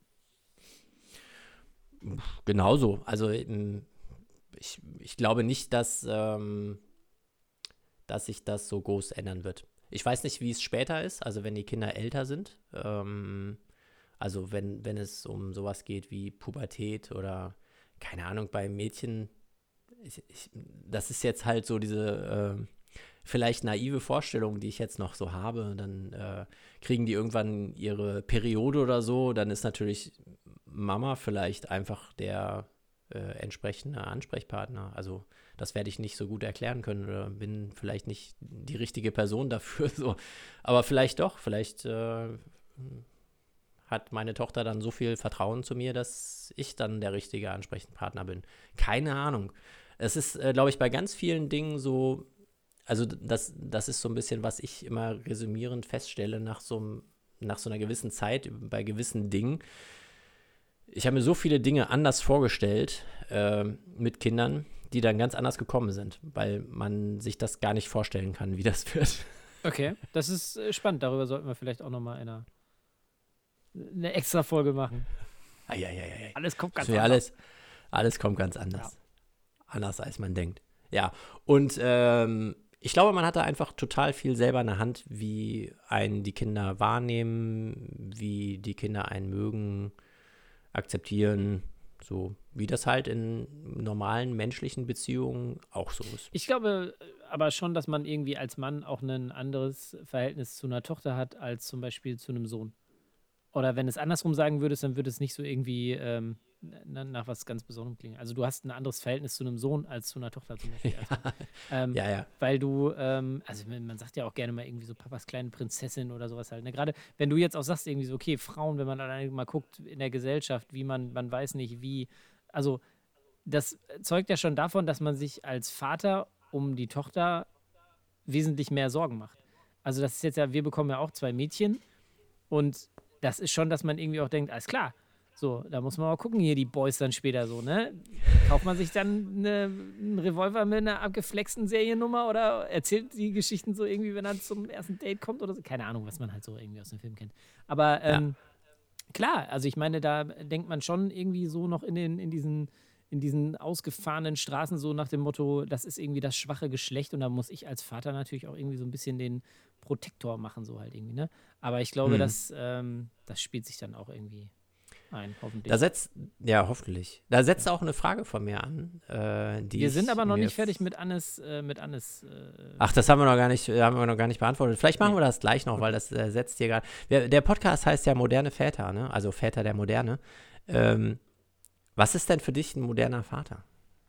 Genauso. Also ähm, ich, ich glaube nicht, dass, ähm, dass sich das so groß ändern wird. Ich weiß nicht, wie es später ist, also wenn die Kinder älter sind. Ähm, also wenn, wenn es um sowas geht wie Pubertät oder, keine Ahnung, bei Mädchen, ich, ich, das ist jetzt halt so diese äh, vielleicht naive Vorstellung, die ich jetzt noch so habe. Dann äh, kriegen die irgendwann ihre Periode oder so, dann ist natürlich Mama vielleicht einfach der äh, entsprechende Ansprechpartner. Also das werde ich nicht so gut erklären können oder bin vielleicht nicht die richtige Person dafür. So. Aber vielleicht doch, vielleicht äh, hat meine Tochter dann so viel Vertrauen zu mir, dass ich dann der richtige Ansprechpartner bin. Keine Ahnung. Es ist, äh, glaube ich, bei ganz vielen Dingen so, also das, das ist so ein bisschen, was ich immer resümierend feststelle nach so, nach so einer gewissen Zeit, bei gewissen Dingen. Ich habe mir so viele Dinge anders vorgestellt äh, mit Kindern, die dann ganz anders gekommen sind, weil man sich das gar nicht vorstellen kann, wie das wird. Okay, das ist äh, spannend. Darüber sollten wir vielleicht auch nochmal eine, eine extra Folge machen. Eieieiei. Alles kommt ganz Also, ja, anders. alles, alles kommt ganz anders. Ja. Anders, als man denkt. Ja, und ähm, ich glaube, man hat da einfach total viel selber in der Hand, wie einen die Kinder wahrnehmen, wie die Kinder einen mögen, akzeptieren, so wie das halt in normalen menschlichen Beziehungen auch so ist. Ich glaube aber schon, dass man irgendwie als Mann auch ein anderes Verhältnis zu einer Tochter hat, als zum Beispiel zu einem Sohn. Oder wenn es andersrum sagen würdest, dann würde es nicht so irgendwie ähm, na, nach was ganz Besonderem klingen. Also du hast ein anderes Verhältnis zu einem Sohn als zu einer Tochter zum Beispiel. Ja, also, ähm, ja, ja. Weil du, ähm, also man sagt ja auch gerne mal irgendwie so Papas kleine Prinzessin oder sowas halt. Ne? Gerade wenn du jetzt auch sagst irgendwie so, okay, Frauen, wenn man alleine mal guckt in der Gesellschaft, wie man, man weiß nicht wie, also das zeugt ja schon davon, dass man sich als Vater um die Tochter wesentlich mehr Sorgen macht. Also das ist jetzt ja, wir bekommen ja auch zwei Mädchen und das ist schon, dass man irgendwie auch denkt, alles klar, so, da muss man mal gucken, hier die Boys dann später so, ne? Kauft man sich dann eine, einen Revolver mit einer abgeflexten Seriennummer oder erzählt die Geschichten so irgendwie, wenn er zum ersten Date kommt oder so? Keine Ahnung, was man halt so irgendwie aus dem Film kennt. Aber ähm, ja. Klar, also ich meine, da denkt man schon irgendwie so noch in, den, in, diesen, in diesen ausgefahrenen Straßen so nach dem Motto, das ist irgendwie das schwache Geschlecht und da muss ich als Vater natürlich auch irgendwie so ein bisschen den Protektor machen, so halt irgendwie, ne? Aber ich glaube, hm. das, ähm, das spielt sich dann auch irgendwie ein, hoffentlich. Da setzt, ja, hoffentlich. Da setzt auch eine Frage von mir an. Äh, die wir sind aber noch nicht f- fertig mit Annes, äh, mit Annes. Äh, Ach, das haben wir noch gar nicht, haben wir noch gar nicht beantwortet. Vielleicht machen nee. wir das gleich noch, weil das äh, setzt hier gerade. Der Podcast heißt ja Moderne Väter, ne? Also Väter der Moderne. Ähm, was ist denn für dich ein moderner Vater?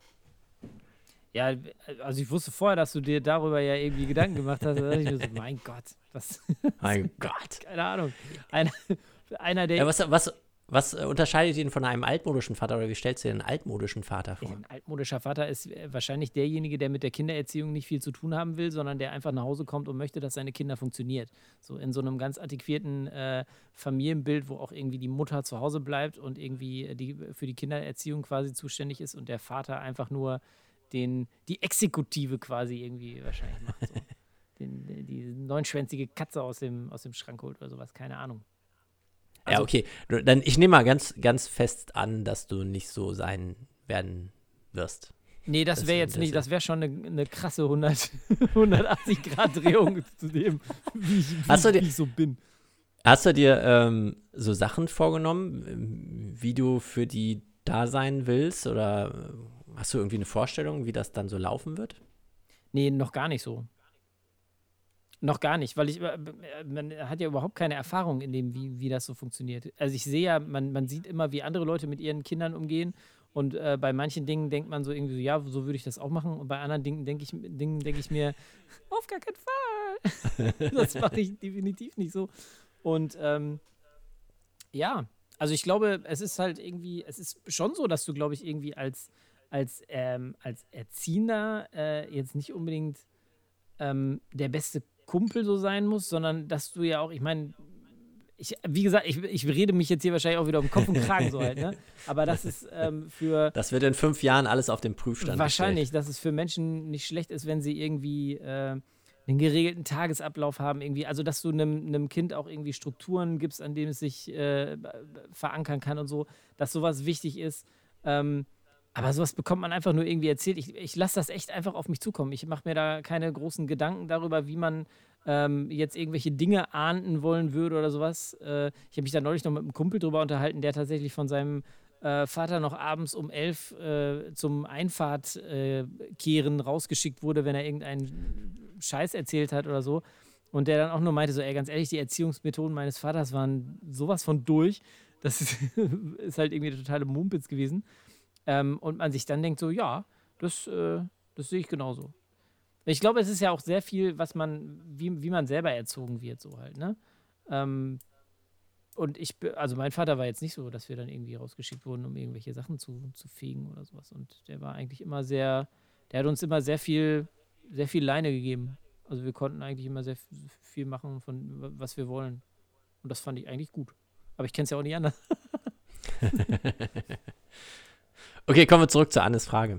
Ja, also ich wusste vorher, dass du dir darüber ja irgendwie Gedanken gemacht hast. Da dachte ich mir so, mein Gott, was? Mein Gott. Keine Ahnung. Einer, einer der. Ja, was, was, was unterscheidet ihn von einem altmodischen Vater oder wie stellst du dir einen altmodischen Vater vor? Ein altmodischer Vater ist wahrscheinlich derjenige, der mit der Kindererziehung nicht viel zu tun haben will, sondern der einfach nach Hause kommt und möchte, dass seine Kinder funktioniert. So in so einem ganz antiquierten äh, Familienbild, wo auch irgendwie die Mutter zu Hause bleibt und irgendwie die, für die Kindererziehung quasi zuständig ist und der Vater einfach nur den, die Exekutive quasi irgendwie wahrscheinlich macht. So. Den, die neunschwänzige Katze aus dem, aus dem Schrank holt oder sowas, keine Ahnung. Also, ja, okay. Dann ich nehme mal ganz, ganz fest an, dass du nicht so sein werden wirst. Nee, das wäre jetzt das nicht, das wäre schon eine, eine krasse hundertachtzig Grad Drehung zu dem, wie ich, wie, Hast du dir, wie ich so bin. Hast du dir ähm, so Sachen vorgenommen, wie du für die da sein willst? Oder hast du irgendwie eine Vorstellung, wie das dann so laufen wird? Nee, noch gar nicht so. Noch gar nicht, weil ich, man hat ja überhaupt keine Erfahrung in dem, wie, wie das so funktioniert. Also ich sehe ja, man, man sieht immer, wie andere Leute mit ihren Kindern umgehen Und äh, bei manchen Dingen denkt man so irgendwie so, ja, so würde ich das auch machen. Und bei anderen Dingen denke ich, Dingen denk ich mir, auf gar keinen Fall. Das mache ich definitiv nicht so. Und ähm, ja, also ich glaube, es ist halt irgendwie, es ist schon so, dass du, glaube ich, irgendwie als, als, ähm, als Erziehender äh, jetzt nicht unbedingt ähm, der beste Kumpel so sein musst, sondern dass du ja auch, ich meine, ich, wie gesagt, ich, ich rede mich jetzt hier wahrscheinlich auch wieder um Kopf und Kragen so halt, ne? Aber das ist ähm, für Das wird in fünf Jahren alles auf den Prüfstand wahrscheinlich, gestellt. dass es für Menschen nicht schlecht ist, wenn sie irgendwie äh, einen geregelten Tagesablauf haben, irgendwie, also dass du einem, einem Kind auch irgendwie Strukturen gibst, an denen es sich äh, verankern kann und so, dass sowas wichtig ist. Ähm, aber sowas bekommt man einfach nur irgendwie erzählt. Ich, ich lasse das echt einfach auf mich zukommen. Ich mache mir da keine großen Gedanken darüber, wie man ähm, jetzt irgendwelche Dinge ahnden wollen würde oder sowas. Äh, ich habe mich da neulich noch mit einem Kumpel drüber unterhalten, der tatsächlich von seinem äh, Vater noch abends um elf äh, zum Einfahrtkehren äh, rausgeschickt wurde, wenn er irgendeinen Scheiß erzählt hat oder so. Und der dann auch nur meinte so, ey, ganz ehrlich, die Erziehungsmethoden meines Vaters waren sowas von durch. Das ist, ist halt irgendwie der totale Mumpitz gewesen. Ähm, und man sich dann denkt so, ja, das, äh, das sehe ich genauso. Ich glaube, es ist ja auch sehr viel, was man, wie, wie man selber erzogen wird, so halt, ne? Ähm, und ich, be- also mein Vater war jetzt nicht so, dass wir dann irgendwie rausgeschickt wurden, um irgendwelche Sachen zu, zu fegen oder sowas. Und der war eigentlich immer sehr, der hat uns immer sehr viel, sehr viel Leine gegeben. Also wir konnten eigentlich immer sehr f- viel machen, von wa- was wir wollen. Und das fand ich eigentlich gut. Aber ich kenne es ja auch nicht anders. Okay, kommen wir zurück zu Annes Frage.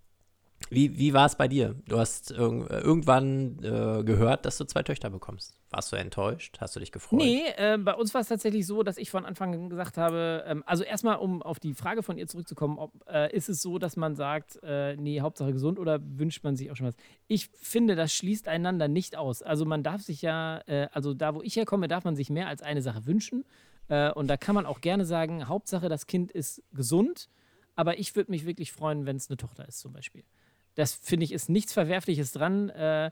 Wie, wie war es bei dir? Du hast irg irgendwann äh, gehört, dass du zwei Töchter bekommst. Warst du enttäuscht? Hast du dich gefreut? Nee, äh, bei uns war es tatsächlich so, dass ich von Anfang an gesagt habe, ähm, also erstmal, um auf die Frage von ihr zurückzukommen, ob, äh, ist es so, dass man sagt, äh, nee, Hauptsache gesund oder wünscht man sich auch schon was? Ich finde, das schließt einander nicht aus. Also man darf sich ja, äh, also da, wo ich herkomme, darf man sich mehr als eine Sache wünschen. Äh, und da kann man auch gerne sagen, Hauptsache das Kind ist gesund, aber ich würde mich wirklich freuen, wenn es eine Tochter ist zum Beispiel. Das, finde ich, ist nichts Verwerfliches dran. Äh,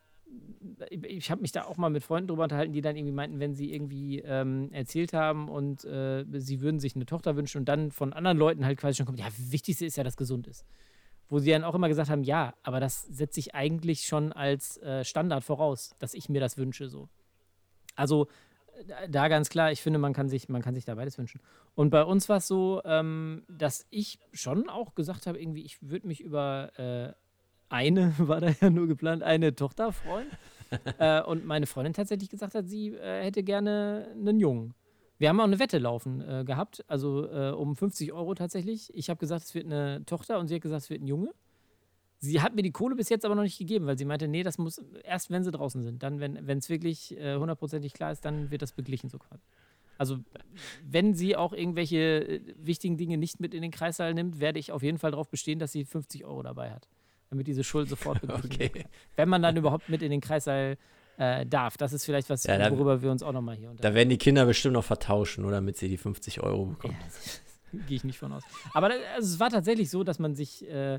ich ich habe mich da auch mal mit Freunden drüber unterhalten, die dann irgendwie meinten, wenn sie irgendwie ähm, erzählt haben und äh, sie würden sich eine Tochter wünschen und dann von anderen Leuten halt quasi schon kommt, ja, Wichtigste ist ja, dass gesund ist. Wo sie dann auch immer gesagt haben, ja, aber das setze ich eigentlich schon als äh, Standard voraus, dass ich mir das wünsche so. Also äh, da ganz klar, ich finde, man kann sich, man kann sich da beides wünschen. Und bei uns war es so, ähm, dass ich schon auch gesagt habe, irgendwie, ich würde mich über äh, eine, war da ja nur geplant, eine Tochter freuen. äh, und meine Freundin tatsächlich gesagt hat, sie äh, hätte gerne einen Jungen. Wir haben auch eine Wette laufen äh, gehabt, also äh, um fünfzig Euro tatsächlich. Ich habe gesagt, es wird eine Tochter und sie hat gesagt, es wird ein Junge. Sie hat mir die Kohle bis jetzt aber noch nicht gegeben, weil sie meinte, nee, das muss erst, wenn sie draußen sind. Dann, wenn es wirklich äh, hundertprozentig klar ist, dann wird das beglichen so quasi. Also, wenn sie auch irgendwelche äh, wichtigen Dinge nicht mit in den Kreissaal nimmt, werde ich auf jeden Fall darauf bestehen, dass sie fünfzig Euro dabei hat. Damit diese Schuld sofort beglichen Okay. wird. Wenn man dann überhaupt mit in den Kreissaal äh, darf. Das ist vielleicht was, Ja, da- worüber wir uns auch nochmal hier Da unterhalten. werden die Kinder bestimmt noch vertauschen, nur damit sie die fünfzig Euro bekommen. Ja, gehe ich nicht von aus. Aber da- also es war tatsächlich so, dass man sich, äh,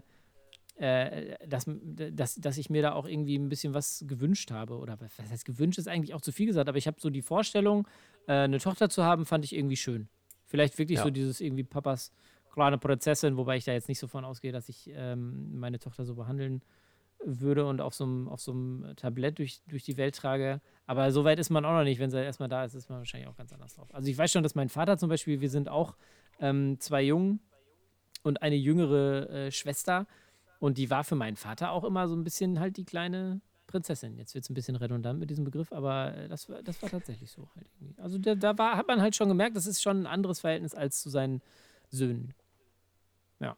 äh, dass, dass, dass ich mir da auch irgendwie ein bisschen was gewünscht habe. Oder was heißt gewünscht, ist eigentlich auch zu viel gesagt, aber ich habe so die Vorstellung, äh, eine Tochter zu haben, fand ich irgendwie schön. Vielleicht wirklich Ja. so dieses irgendwie Papas kleine Prinzessin, wobei ich da jetzt nicht so von ausgehe, dass ich ähm, meine Tochter so behandeln würde und auf so einem auf so einem Tablett durch, durch die Welt trage. Aber so weit ist man auch noch nicht. Wenn sie erstmal da ist, ist man wahrscheinlich auch ganz anders drauf. Also ich weiß schon, dass mein Vater zum Beispiel, wir sind auch ähm, zwei Jungen und eine jüngere äh, Schwester. Und die war für meinen Vater auch immer so ein bisschen halt die kleine Prinzessin. Jetzt wird es ein bisschen redundant mit diesem Begriff, aber äh, das, war, das war tatsächlich so halt irgendwie. Also da, da war, hat man halt schon gemerkt, das ist schon ein anderes Verhältnis als zu seinen Söhnen. Ja.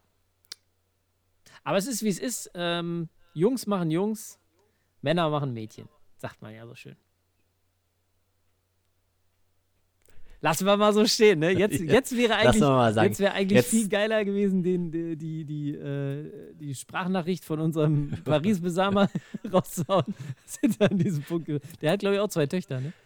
Aber es ist, wie es ist. Ähm, Jungs machen Jungs, Männer machen Mädchen. Sagt man ja so schön. Lassen wir mal so stehen, ne? Jetzt, jetzt wäre Lassen eigentlich, wir mal sagen. jetzt wäre eigentlich Jetzt- viel geiler gewesen, den, die, die, die, äh, die Sprachnachricht von unserem Paris-Besamer rauszuhauen. Sind wir an diesem Punkt. ge- Der hat, glaube ich, auch zwei Töchter, ne?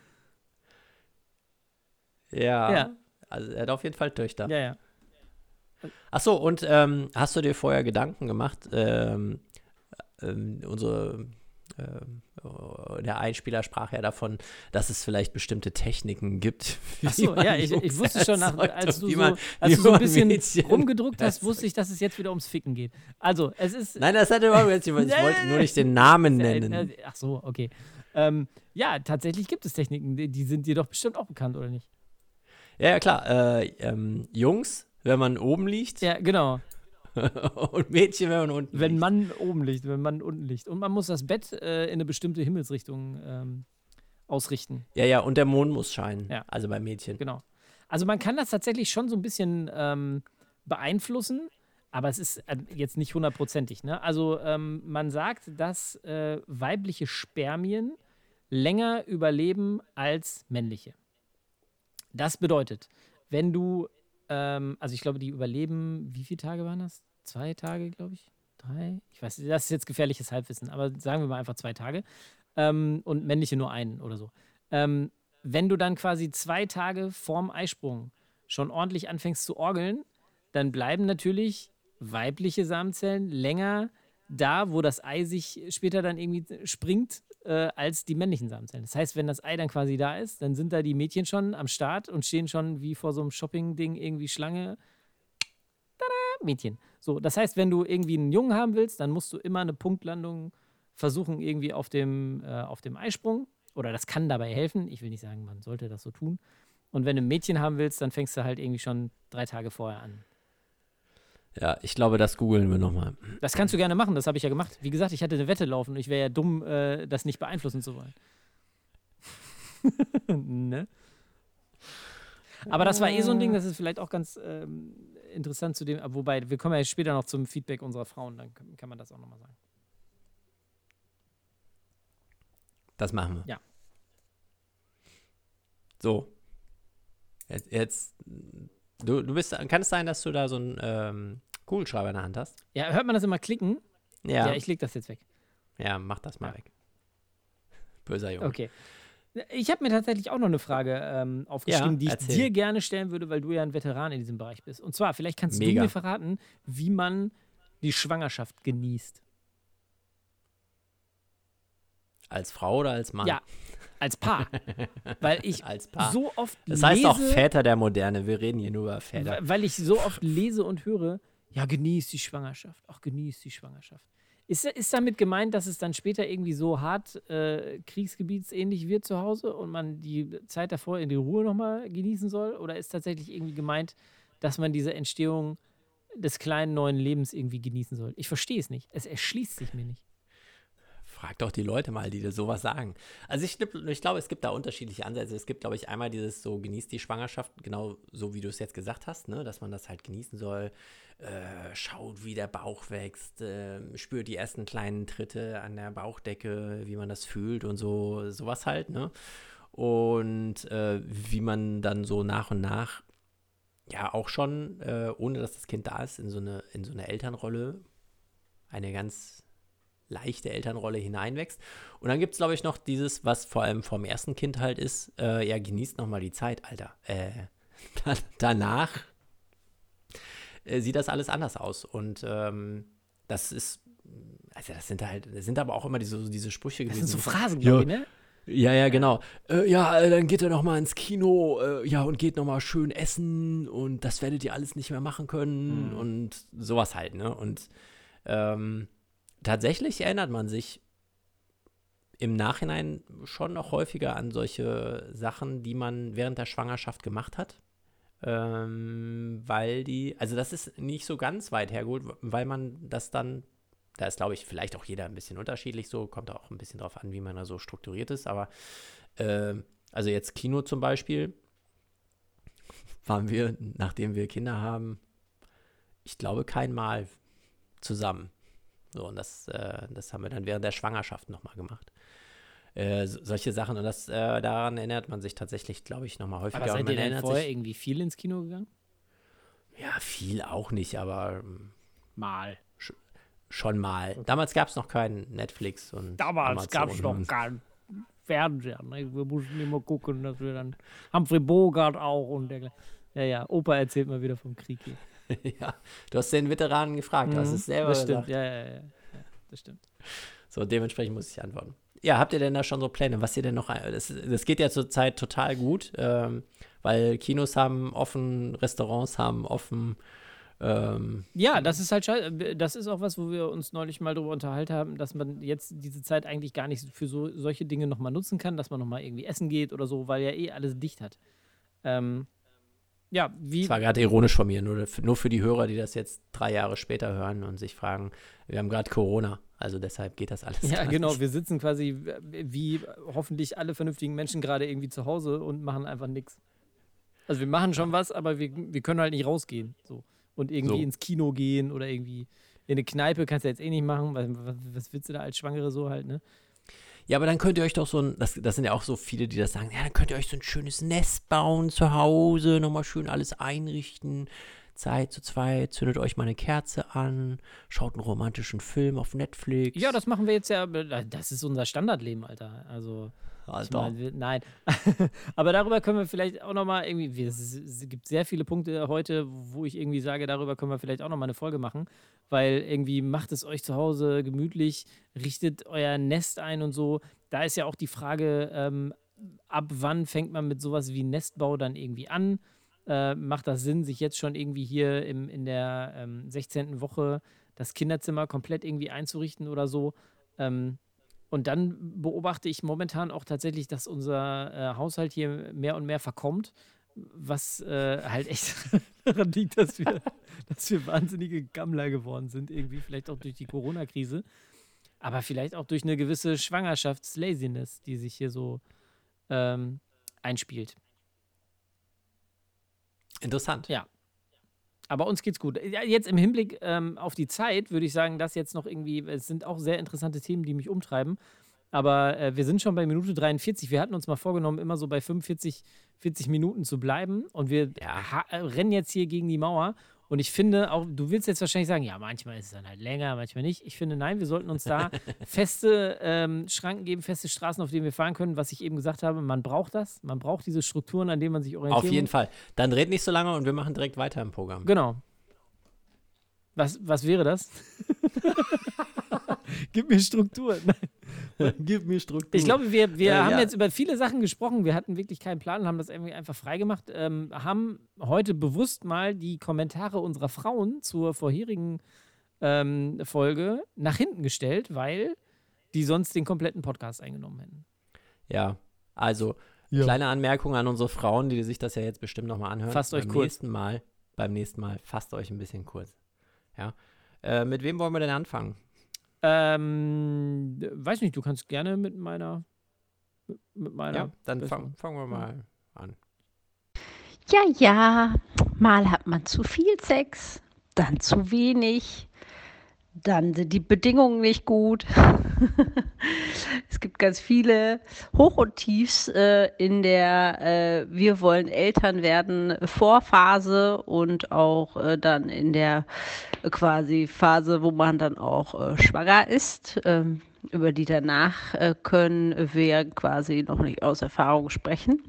Ja. Ja. Also er hat auf jeden Fall Töchter. Ja, ja. Ach so, und ähm, hast du dir vorher Gedanken gemacht, ähm, ähm, unsere ähm, der Einspieler sprach ja davon, dass es vielleicht bestimmte Techniken gibt. Ach so, ja, ich, ich wusste schon, nach, als du so, man, als du so ein bisschen Mädchen rumgedruckt hast, wusste ich, dass es jetzt wieder ums Ficken geht. Also, es ist... Nein, das hatte überhaupt jetzt, ich wollte nur nicht den Namen nennen. Ach so, okay. Ähm, ja, tatsächlich gibt es Techniken, die, die sind dir doch bestimmt auch bekannt, oder nicht? Ja, ja, klar. Äh, ähm, Jungs, wenn man oben liegt. Ja, genau. Und Mädchen, wenn man unten Wenn liegt. Mann oben liegt, wenn Mann unten liegt. Und man muss das Bett äh, in eine bestimmte Himmelsrichtung ähm, ausrichten. Ja, ja, und der Mond muss scheinen. Ja. Also bei Mädchen. Genau. Also man kann das tatsächlich schon so ein bisschen ähm, beeinflussen, aber es ist äh, jetzt nicht hundertprozentig. Ne? Also ähm, man sagt, dass äh, weibliche Spermien länger überleben als männliche. Das bedeutet, wenn du, ähm, also ich glaube, die überleben, wie viele Tage waren das? Zwei Tage, glaube ich? Drei? Ich weiß, das ist jetzt gefährliches Halbwissen, aber sagen wir mal einfach zwei Tage. Ähm, und männliche nur einen oder so. Ähm, wenn du dann quasi zwei Tage vorm Eisprung schon ordentlich anfängst zu orgeln, dann bleiben natürlich weibliche Samenzellen länger da, wo das Ei sich später dann irgendwie springt, äh, als die männlichen Samenzellen. Das heißt, wenn das Ei dann quasi da ist, dann sind da die Mädchen schon am Start und stehen schon wie vor so einem Shopping-Ding irgendwie Schlange. Tada, Mädchen. So, das heißt, wenn du irgendwie einen Jungen haben willst, dann musst du immer eine Punktlandung versuchen, irgendwie auf dem, äh, auf dem Eisprung. Oder das kann dabei helfen. Ich will nicht sagen, man sollte das so tun. Und wenn du ein Mädchen haben willst, dann fängst du halt irgendwie schon drei Tage vorher an. Ja, ich glaube, das googeln wir nochmal. Das kannst du gerne machen, das habe ich ja gemacht. Wie gesagt, ich hatte eine Wette laufen und ich wäre ja dumm, äh, das nicht beeinflussen zu wollen. Ne? Aber das war eh so ein Ding, das ist vielleicht auch ganz ähm, interessant zu dem, wobei, wir kommen ja später noch zum Feedback unserer Frauen, dann kann man das auch nochmal sagen. Das machen wir. Ja. So. Jetzt, jetzt du, du bist, kann es sein, dass du da so einen ähm, Kugelschreiber in der Hand hast? Ja, hört man das immer klicken? Ja. Ja, ich leg das jetzt weg. Ja, mach das mal Ja. weg. Böser Junge. Okay. Ich habe mir tatsächlich auch noch eine Frage ähm, aufgeschrieben, Ja, die ich erzähl. dir gerne stellen würde, weil du ja ein Veteran in diesem Bereich bist. Und zwar, vielleicht kannst Mega. du mir verraten, wie man die Schwangerschaft genießt. Als Frau oder als Mann? Ja, als Paar. Weil ich Als Paar. so oft Das lese, heißt auch Väter der Moderne. Wir reden hier nur über Väter. weil ich so oft lese und höre, ja, genieß die Schwangerschaft. Ach, genieß die Schwangerschaft. Ist, ist damit gemeint, dass es dann später irgendwie so hart äh, kriegsgebietsähnlich wird zu Hause und man die Zeit davor in die Ruhe nochmal genießen soll? Oder ist tatsächlich irgendwie gemeint, dass man diese Entstehung des kleinen neuen Lebens irgendwie genießen soll? Ich verstehe es nicht. Es erschließt sich mir nicht. Frag doch die Leute mal, die dir sowas sagen. Also ich, ich glaube, es gibt da unterschiedliche Ansätze. Es gibt, glaube ich, einmal dieses so, genießt die Schwangerschaft, genau so wie du es jetzt gesagt hast, ne? Dass man das halt genießen soll. Äh, schaut, wie der Bauch wächst, äh, spürt die ersten kleinen Tritte an der Bauchdecke, wie man das fühlt und so, sowas halt, ne? Und äh, wie man dann so nach und nach, ja, auch schon, äh, ohne dass das Kind da ist, in so eine, in so eine Elternrolle, eine ganz leichte Elternrolle hineinwächst. Und dann gibt es, glaube ich, noch dieses, was vor allem vom ersten Kind halt ist, äh, ja, genießt nochmal die Zeit, Alter. Äh, da, danach äh, sieht das alles anders aus. Und ähm, das ist, also das sind halt, das sind aber auch immer diese, diese Sprüche Das gewesen. sind so Phrasen, Ja. glaube ich, ne? Ja, ja, genau. Äh, ja, äh, dann geht er noch mal ins Kino, äh, ja, und geht noch mal schön essen und das werdet ihr alles nicht mehr machen können Mhm. und sowas halt, ne? Und ähm, tatsächlich erinnert man sich im Nachhinein schon noch häufiger an solche Sachen, die man während der Schwangerschaft gemacht hat. Ähm, weil die, also das ist nicht so ganz weit hergeholt, weil man das dann, da ist, glaube ich, vielleicht auch jeder ein bisschen unterschiedlich so, kommt auch ein bisschen drauf an, wie man da so strukturiert ist, aber äh, also jetzt Kino zum Beispiel, waren wir, nachdem wir Kinder haben, ich glaube, kein Mal zusammen. So, und das, äh, das haben wir dann während der Schwangerschaft nochmal gemacht. Äh, so, solche Sachen, und das, äh, daran erinnert man sich tatsächlich, glaube ich, nochmal häufiger. Aber seid Und man ihr denn erinnert vorher sich, irgendwie viel ins Kino gegangen? ja, viel auch nicht, aber ähm, Mal. schon mal. Damals gab es noch keinen Netflix und Damals gab es Amazon noch und- keinen Fernseher. Ne? Wir mussten immer gucken, dass wir dann Humphrey Bogart auch und der. Ja, ja, Opa erzählt mal wieder vom Krieg hier. Ja, du hast den Veteranen gefragt, du hast Mhm, es selber das stimmt, gesagt. ja, ja, ja, ja, das stimmt. So, dementsprechend muss ich antworten. ja, habt ihr denn da schon so Pläne? Was ihr denn noch, das, das geht ja zurzeit total gut, ähm, weil Kinos haben offen, Restaurants haben offen. Ähm, Ja, das ist halt scheiße. Das ist auch was, wo wir uns neulich mal drüber unterhalten haben, dass man jetzt diese Zeit eigentlich gar nicht für so, solche Dinge nochmal nutzen kann, dass man nochmal irgendwie essen geht oder so, weil ja eh alles dicht hat. Ähm, ja, wie. Das war gerade ironisch von mir, nur, nur für die Hörer, die das jetzt drei Jahre später hören und sich fragen, wir haben gerade Corona, also deshalb geht das alles Ja, gar genau. nicht. Wir sitzen quasi wie hoffentlich alle vernünftigen Menschen gerade irgendwie zu Hause und machen einfach nichts. Also wir machen schon was, aber wir, wir können halt nicht rausgehen. So. Und irgendwie So. ins Kino gehen oder irgendwie in eine Kneipe kannst du jetzt eh nicht machen, weil was, was willst du da als Schwangere so halt, ne? Ja, aber dann könnt ihr euch doch so ein, das, das sind ja auch so viele, die das sagen, ja, dann könnt ihr euch so ein schönes Nest bauen zu Hause, nochmal schön alles einrichten, Zeit zu zweit, zündet euch mal eine Kerze an, schaut einen romantischen Film auf Netflix. Ja, das machen wir jetzt ja, das ist unser Standardleben, Alter. Also, ich Alter. mein, wir- nein. Aber darüber können wir vielleicht auch nochmal irgendwie, wir- es, es gibt sehr viele Punkte heute, wo ich irgendwie sage, darüber können wir vielleicht auch nochmal eine Folge machen, weil irgendwie macht es euch zu Hause gemütlich, richtet euer Nest ein und so. Da ist ja auch die Frage, ähm, ab wann fängt man mit sowas wie Nestbau dann irgendwie an? Äh, macht das Sinn, sich jetzt schon irgendwie hier im, in der ähm, sechzehnten Woche das Kinderzimmer komplett irgendwie einzurichten oder so? Ähm, und dann beobachte ich momentan auch tatsächlich, dass unser äh, Haushalt hier mehr und mehr verkommt, was äh, halt echt daran liegt, dass wir, dass wir wahnsinnige Gammler geworden sind, irgendwie, vielleicht auch durch die Corona-Krise, aber vielleicht auch durch eine gewisse Schwangerschaftslaziness, die sich hier so ähm, einspielt. Interessant. Ja. Aber uns geht's gut. Ja, jetzt im Hinblick ähm, auf die Zeit würde ich sagen, dass jetzt noch irgendwie, es sind auch sehr interessante Themen, die mich umtreiben. Aber äh, wir sind schon bei Minute dreiundvierzig. Wir hatten uns mal vorgenommen, immer so bei fünfundvierzig, vierzig Minuten zu bleiben. Und wir Ja. ha- äh, rennen jetzt hier gegen die Mauer. Und ich finde auch, du willst jetzt wahrscheinlich sagen, ja, manchmal ist es dann halt länger, manchmal nicht. Ich finde, nein, wir sollten uns da feste ähm, Schranken geben, feste Straßen, auf denen wir fahren können. Was ich eben gesagt habe, man braucht das. Man braucht diese Strukturen, an denen man sich orientiert. Auf jeden Fall. Dann red nicht so lange und wir machen direkt weiter im Programm. Genau. Was, was wäre das? Gib mir Struktur. Nein. Gib mir Struktur. Ich glaube, wir, wir Äh, haben ja. jetzt über viele Sachen gesprochen. Wir hatten wirklich keinen Plan, haben das irgendwie einfach freigemacht. Ähm, haben heute bewusst mal die Kommentare unserer Frauen zur vorherigen ähm, Folge nach hinten gestellt, weil die sonst den kompletten Podcast eingenommen hätten. Ja, also kleine Anmerkung an unsere Frauen, die sich das ja jetzt bestimmt nochmal anhören. Fasst euch beim kurz. Nächsten Mal, beim nächsten Mal fasst euch ein bisschen kurz. Ja. Äh, mit wem wollen wir denn anfangen? Ähm, weiß nicht, du kannst gerne mit meiner. Mit, mit meiner. Ja, dann das fang, fangen wir mal an. Ja, ja, mal hat man zu viel Sex, dann zu wenig, dann sind die Bedingungen nicht gut. Es gibt ganz viele Hoch- und Tiefs äh, in der äh, Wir wollen Eltern werden Vorphase und auch äh, dann in der äh, quasi Phase, wo man dann auch äh, schwanger ist. Ähm, über die danach äh, können wir quasi noch nicht aus Erfahrung sprechen.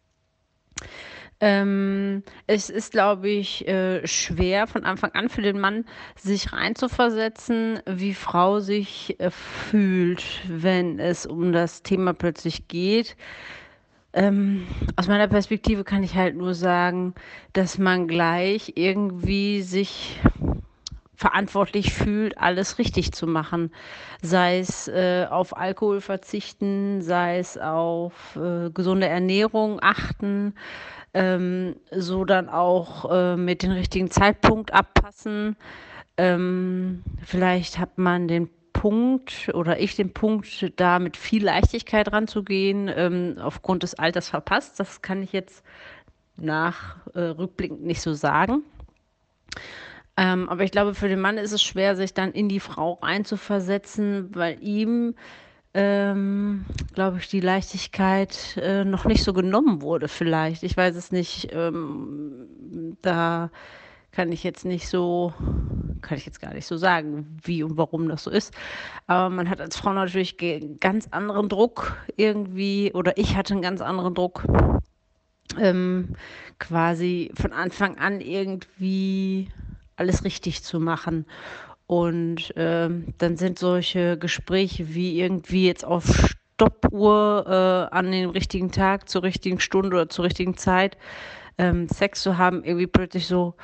Ähm, es ist, glaube ich, äh, schwer von Anfang an für den Mann, sich reinzuversetzen, wie Frau sich äh, fühlt, wenn es um das Thema plötzlich geht. Ähm, aus meiner Perspektive kann ich halt nur sagen, dass man gleich irgendwie sich verantwortlich fühlt, alles richtig zu machen. Sei es äh, auf Alkohol verzichten, sei es auf äh, gesunde Ernährung achten, ähm, so dann auch äh, mit dem richtigen Zeitpunkt abpassen. Ähm, vielleicht hat man den Punkt oder ich den Punkt, da mit viel Leichtigkeit ranzugehen, ähm, aufgrund des Alters verpasst. Das kann ich jetzt nach äh, rückblickend nicht so sagen. Ähm, aber ich glaube, für den Mann ist es schwer, sich dann in die Frau reinzuversetzen, weil ihm, ähm, glaube ich, die Leichtigkeit äh, noch nicht so genommen wurde vielleicht. Ich weiß es nicht. Ähm, da kann ich jetzt nicht so, kann ich jetzt gar nicht so sagen, wie und warum das so ist. Aber man hat als Frau natürlich ge- einen ganz anderen Druck irgendwie, oder ich hatte einen ganz anderen Druck, ähm, quasi von Anfang an irgendwie alles richtig zu machen. Und ähm, dann sind solche Gespräche wie irgendwie jetzt auf Stoppuhr äh, an den richtigen Tag, zur richtigen Stunde oder zur richtigen Zeit ähm, Sex zu haben, irgendwie plötzlich so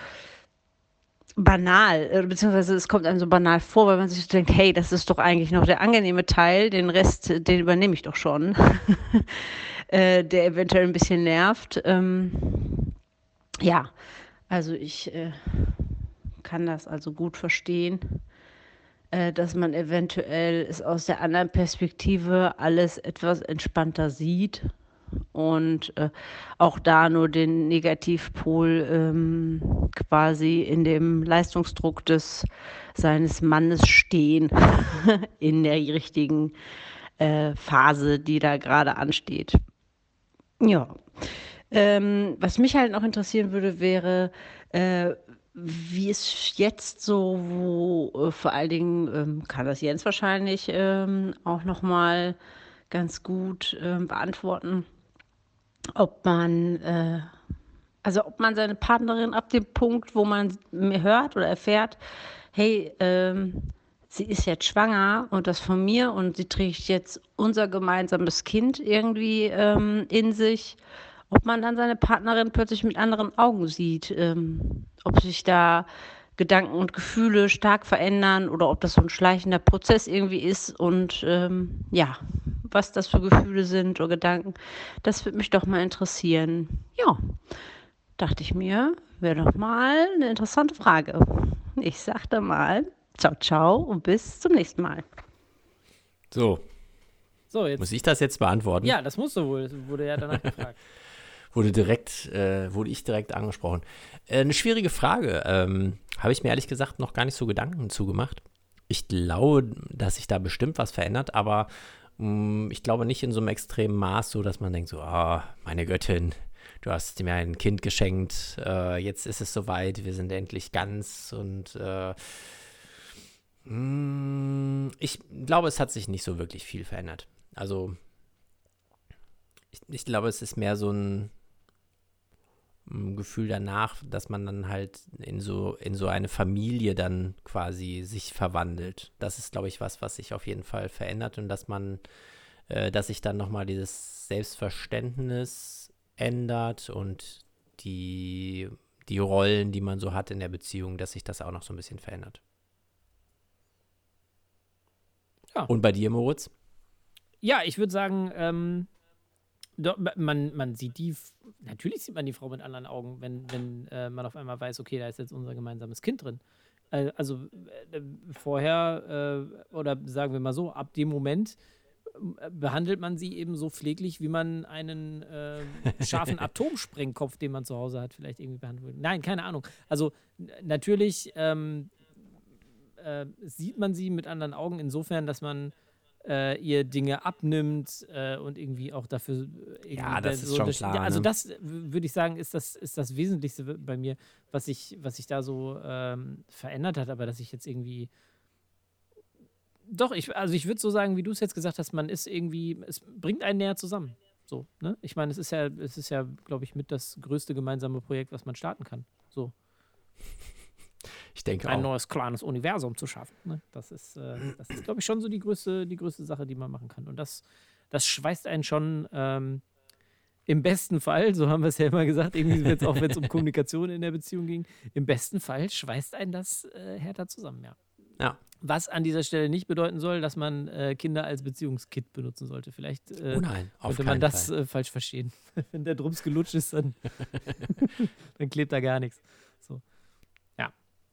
banal, äh, beziehungsweise es kommt einem so banal vor, weil man sich so denkt, hey, das ist doch eigentlich noch der angenehme Teil, den Rest, äh, den übernehme ich doch schon, äh, der eventuell ein bisschen nervt. Ähm, ja, also ich äh, kann das also gut verstehen, äh, dass man eventuell es aus der anderen Perspektive alles etwas entspannter sieht und äh, auch da nur den Negativpol ähm, quasi in dem Leistungsdruck des seines Mannes stehen in der richtigen äh, Phase, die da gerade ansteht. Ja. Ähm, was mich halt noch interessieren würde, wäre, äh, wie es jetzt so, wo äh, vor allen Dingen ähm, kann das Jens wahrscheinlich ähm, auch noch mal ganz gut ähm, beantworten, ob man, äh, also ob man seine Partnerin ab dem Punkt, wo man mir hört oder erfährt, hey, ähm, sie ist jetzt schwanger und das von mir und sie trägt jetzt unser gemeinsames Kind irgendwie ähm, in sich, ob man dann seine Partnerin plötzlich mit anderen Augen sieht, ähm, ob sich da Gedanken und Gefühle stark verändern oder ob das so ein schleichender Prozess irgendwie ist und ähm, ja, was das für Gefühle sind oder Gedanken, das würde mich doch mal interessieren. Ja, dachte ich mir, wäre doch mal eine interessante Frage. Ich sagte mal, ciao, ciao und bis zum nächsten Mal. So, So, jetzt. muss ich das jetzt beantworten? Ja, das musst du wohl. Das wurde ja danach gefragt. Wurde direkt, äh, wurde ich direkt angesprochen. Äh, eine schwierige Frage. Ähm, habe ich mir ehrlich gesagt noch gar nicht so Gedanken zugemacht. Ich glaube, dass sich da bestimmt was verändert, aber mh, ich glaube nicht in so einem extremen Maß, so dass man denkt so, ah, meine Göttin, du hast mir ein Kind geschenkt, äh, jetzt ist es soweit, wir sind endlich ganz und äh, mh, ich glaube, es hat sich nicht so wirklich viel verändert. Also ich, ich glaube, es ist mehr so ein Gefühl danach, dass man dann halt in so, in so eine Familie dann quasi sich verwandelt. Das ist, glaube ich, was, was sich auf jeden Fall verändert und dass man, äh, dass sich dann nochmal dieses Selbstverständnis ändert und die, die Rollen, die man so hat in der Beziehung, dass sich das auch noch so ein bisschen verändert. Ja. Und bei dir, Moritz? Ja, ich würde sagen, ähm, doch, man, man sieht die, natürlich sieht man die Frau mit anderen Augen, wenn, wenn äh, man auf einmal weiß, okay, da ist jetzt unser gemeinsames Kind drin. Äh, also äh, vorher, äh, oder sagen wir mal so, ab dem Moment äh, behandelt man sie eben so pfleglich, wie man einen äh, scharfen Atomsprengkopf, den man zu Hause hat, vielleicht irgendwie behandelt wird. Nein, keine Ahnung. Also n- natürlich ähm, äh, sieht man sie mit anderen Augen insofern, dass man äh, ihr Dinge abnimmt äh, und irgendwie auch dafür äh, irgendwie Ja, das da- ist schon das, klar, ja, also ne? das w- würde ich sagen, ist das, ist das Wesentlichste bei mir, was sich was sich da so ähm, verändert hat, aber dass ich jetzt irgendwie doch, ich, also ich würde so sagen, wie du es jetzt gesagt hast, man ist irgendwie, es bringt einen näher zusammen. So, ne? Ich meine, es ist ja, es ist ja, glaube ich, mit das größte gemeinsame Projekt, was man starten kann. So. Ich denke Ein auch. neues kleines Universum zu schaffen. Ne? Das ist, äh, das ist, glaube ich, schon so die größte, die größte Sache, die man machen kann. Und das, das schweißt einen schon ähm, im besten Fall, so haben wir es ja immer gesagt, irgendwie jetzt auch wenn es um Kommunikation in der Beziehung ging, im besten Fall schweißt einen das äh, härter zusammen, ja. Ja. Was an dieser Stelle nicht bedeuten soll, dass man äh, Kinder als Beziehungskit benutzen sollte. Vielleicht äh, Oh nein, auf könnte keinen man das Fall. äh, falsch verstehen. Wenn der Drums gelutscht ist, dann, dann klebt da gar nichts. So. Ja.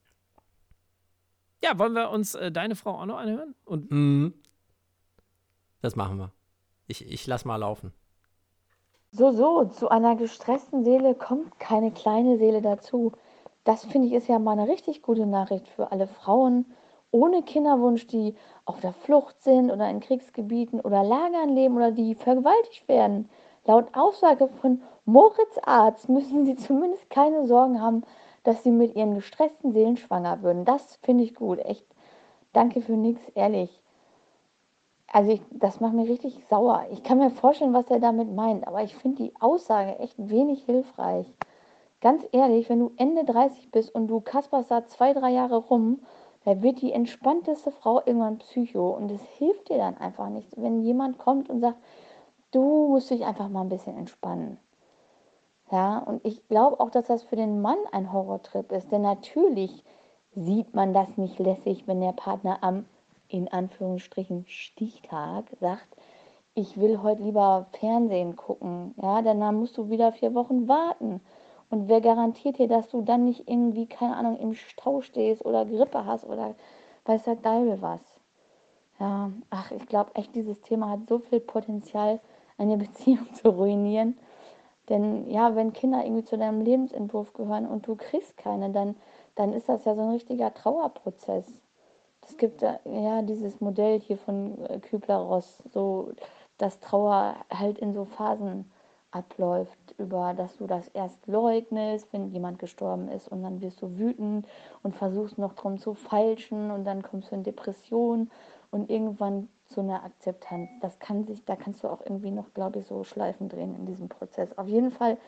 Ja, wollen wir uns äh, deine Frau auch noch anhören? Und Mhm. Das machen wir. Ich, ich lass mal laufen. So, so, zu einer gestressten Seele kommt keine kleine Seele dazu. Das finde ich ist ja mal eine richtig gute Nachricht für alle Frauen ohne Kinderwunsch, die auf der Flucht sind oder in Kriegsgebieten oder Lagern leben oder die vergewaltigt werden. Laut Aussage von Moritz Arzt müssen sie zumindest keine Sorgen haben, dass sie mit ihren gestressten Seelen schwanger würden. Das finde ich gut, echt. Danke für nichts, ehrlich. Also ich, das macht mich richtig sauer. Ich kann mir vorstellen, was er damit meint, aber ich finde die Aussage echt wenig hilfreich. Ganz ehrlich, wenn du Ende dreißig bist und du kasperst da zwei, drei Jahre rum, Da wird die entspannteste Frau irgendwann Psycho und es hilft dir dann einfach nicht, wenn jemand kommt und sagt, du musst dich einfach mal ein bisschen entspannen. Ja, und ich glaube auch, dass das für den Mann ein Horrortrip ist, denn natürlich sieht man das nicht lässig, wenn der Partner am, in Anführungsstrichen, Stichtag sagt, ich will heute lieber Fernsehen gucken. Ja, denn dann musst du wieder vier Wochen warten. Und wer garantiert dir, dass du dann nicht irgendwie, keine Ahnung, im Stau stehst oder Grippe hast oder weiß der Geil was. Ja, ach, ich glaube echt, dieses Thema hat so viel Potenzial, eine Beziehung zu ruinieren. Denn ja, wenn Kinder irgendwie zu deinem Lebensentwurf gehören und du kriegst keine, dann, dann ist das ja so ein richtiger Trauerprozess. Es gibt ja ja dieses Modell hier von äh, Kübler-Ross, so dass Trauer halt in so Phasen abläuft, über dass du das erst leugnest, wenn jemand gestorben ist und dann wirst du wütend und versuchst noch drum zu feilschen und dann kommst du in Depression und irgendwann zu einer Akzeptanz. Das kann sich, da kannst du auch irgendwie noch, glaube ich, so Schleifen drehen in diesem Prozess. Auf jeden Fall,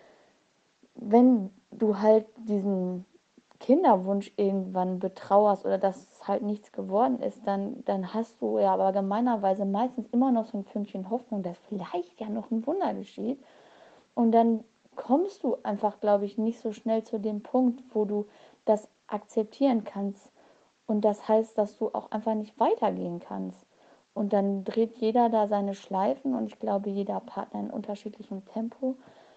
wenn du halt diesen Kinderwunsch irgendwann betrauerst oder dass es halt nichts geworden ist, dann, dann hast du ja aber gemeinerweise meistens immer noch so ein Fünkchen Hoffnung, dass vielleicht ja noch ein Wunder geschieht. Und dann kommst du einfach, glaube ich, nicht so schnell zu dem Punkt, wo du das akzeptieren kannst. Und das heißt, dass du auch einfach nicht weitergehen kannst. Und dann dreht jeder da seine Schleifen und ich glaube, jeder Partner in unterschiedlichem Tempo.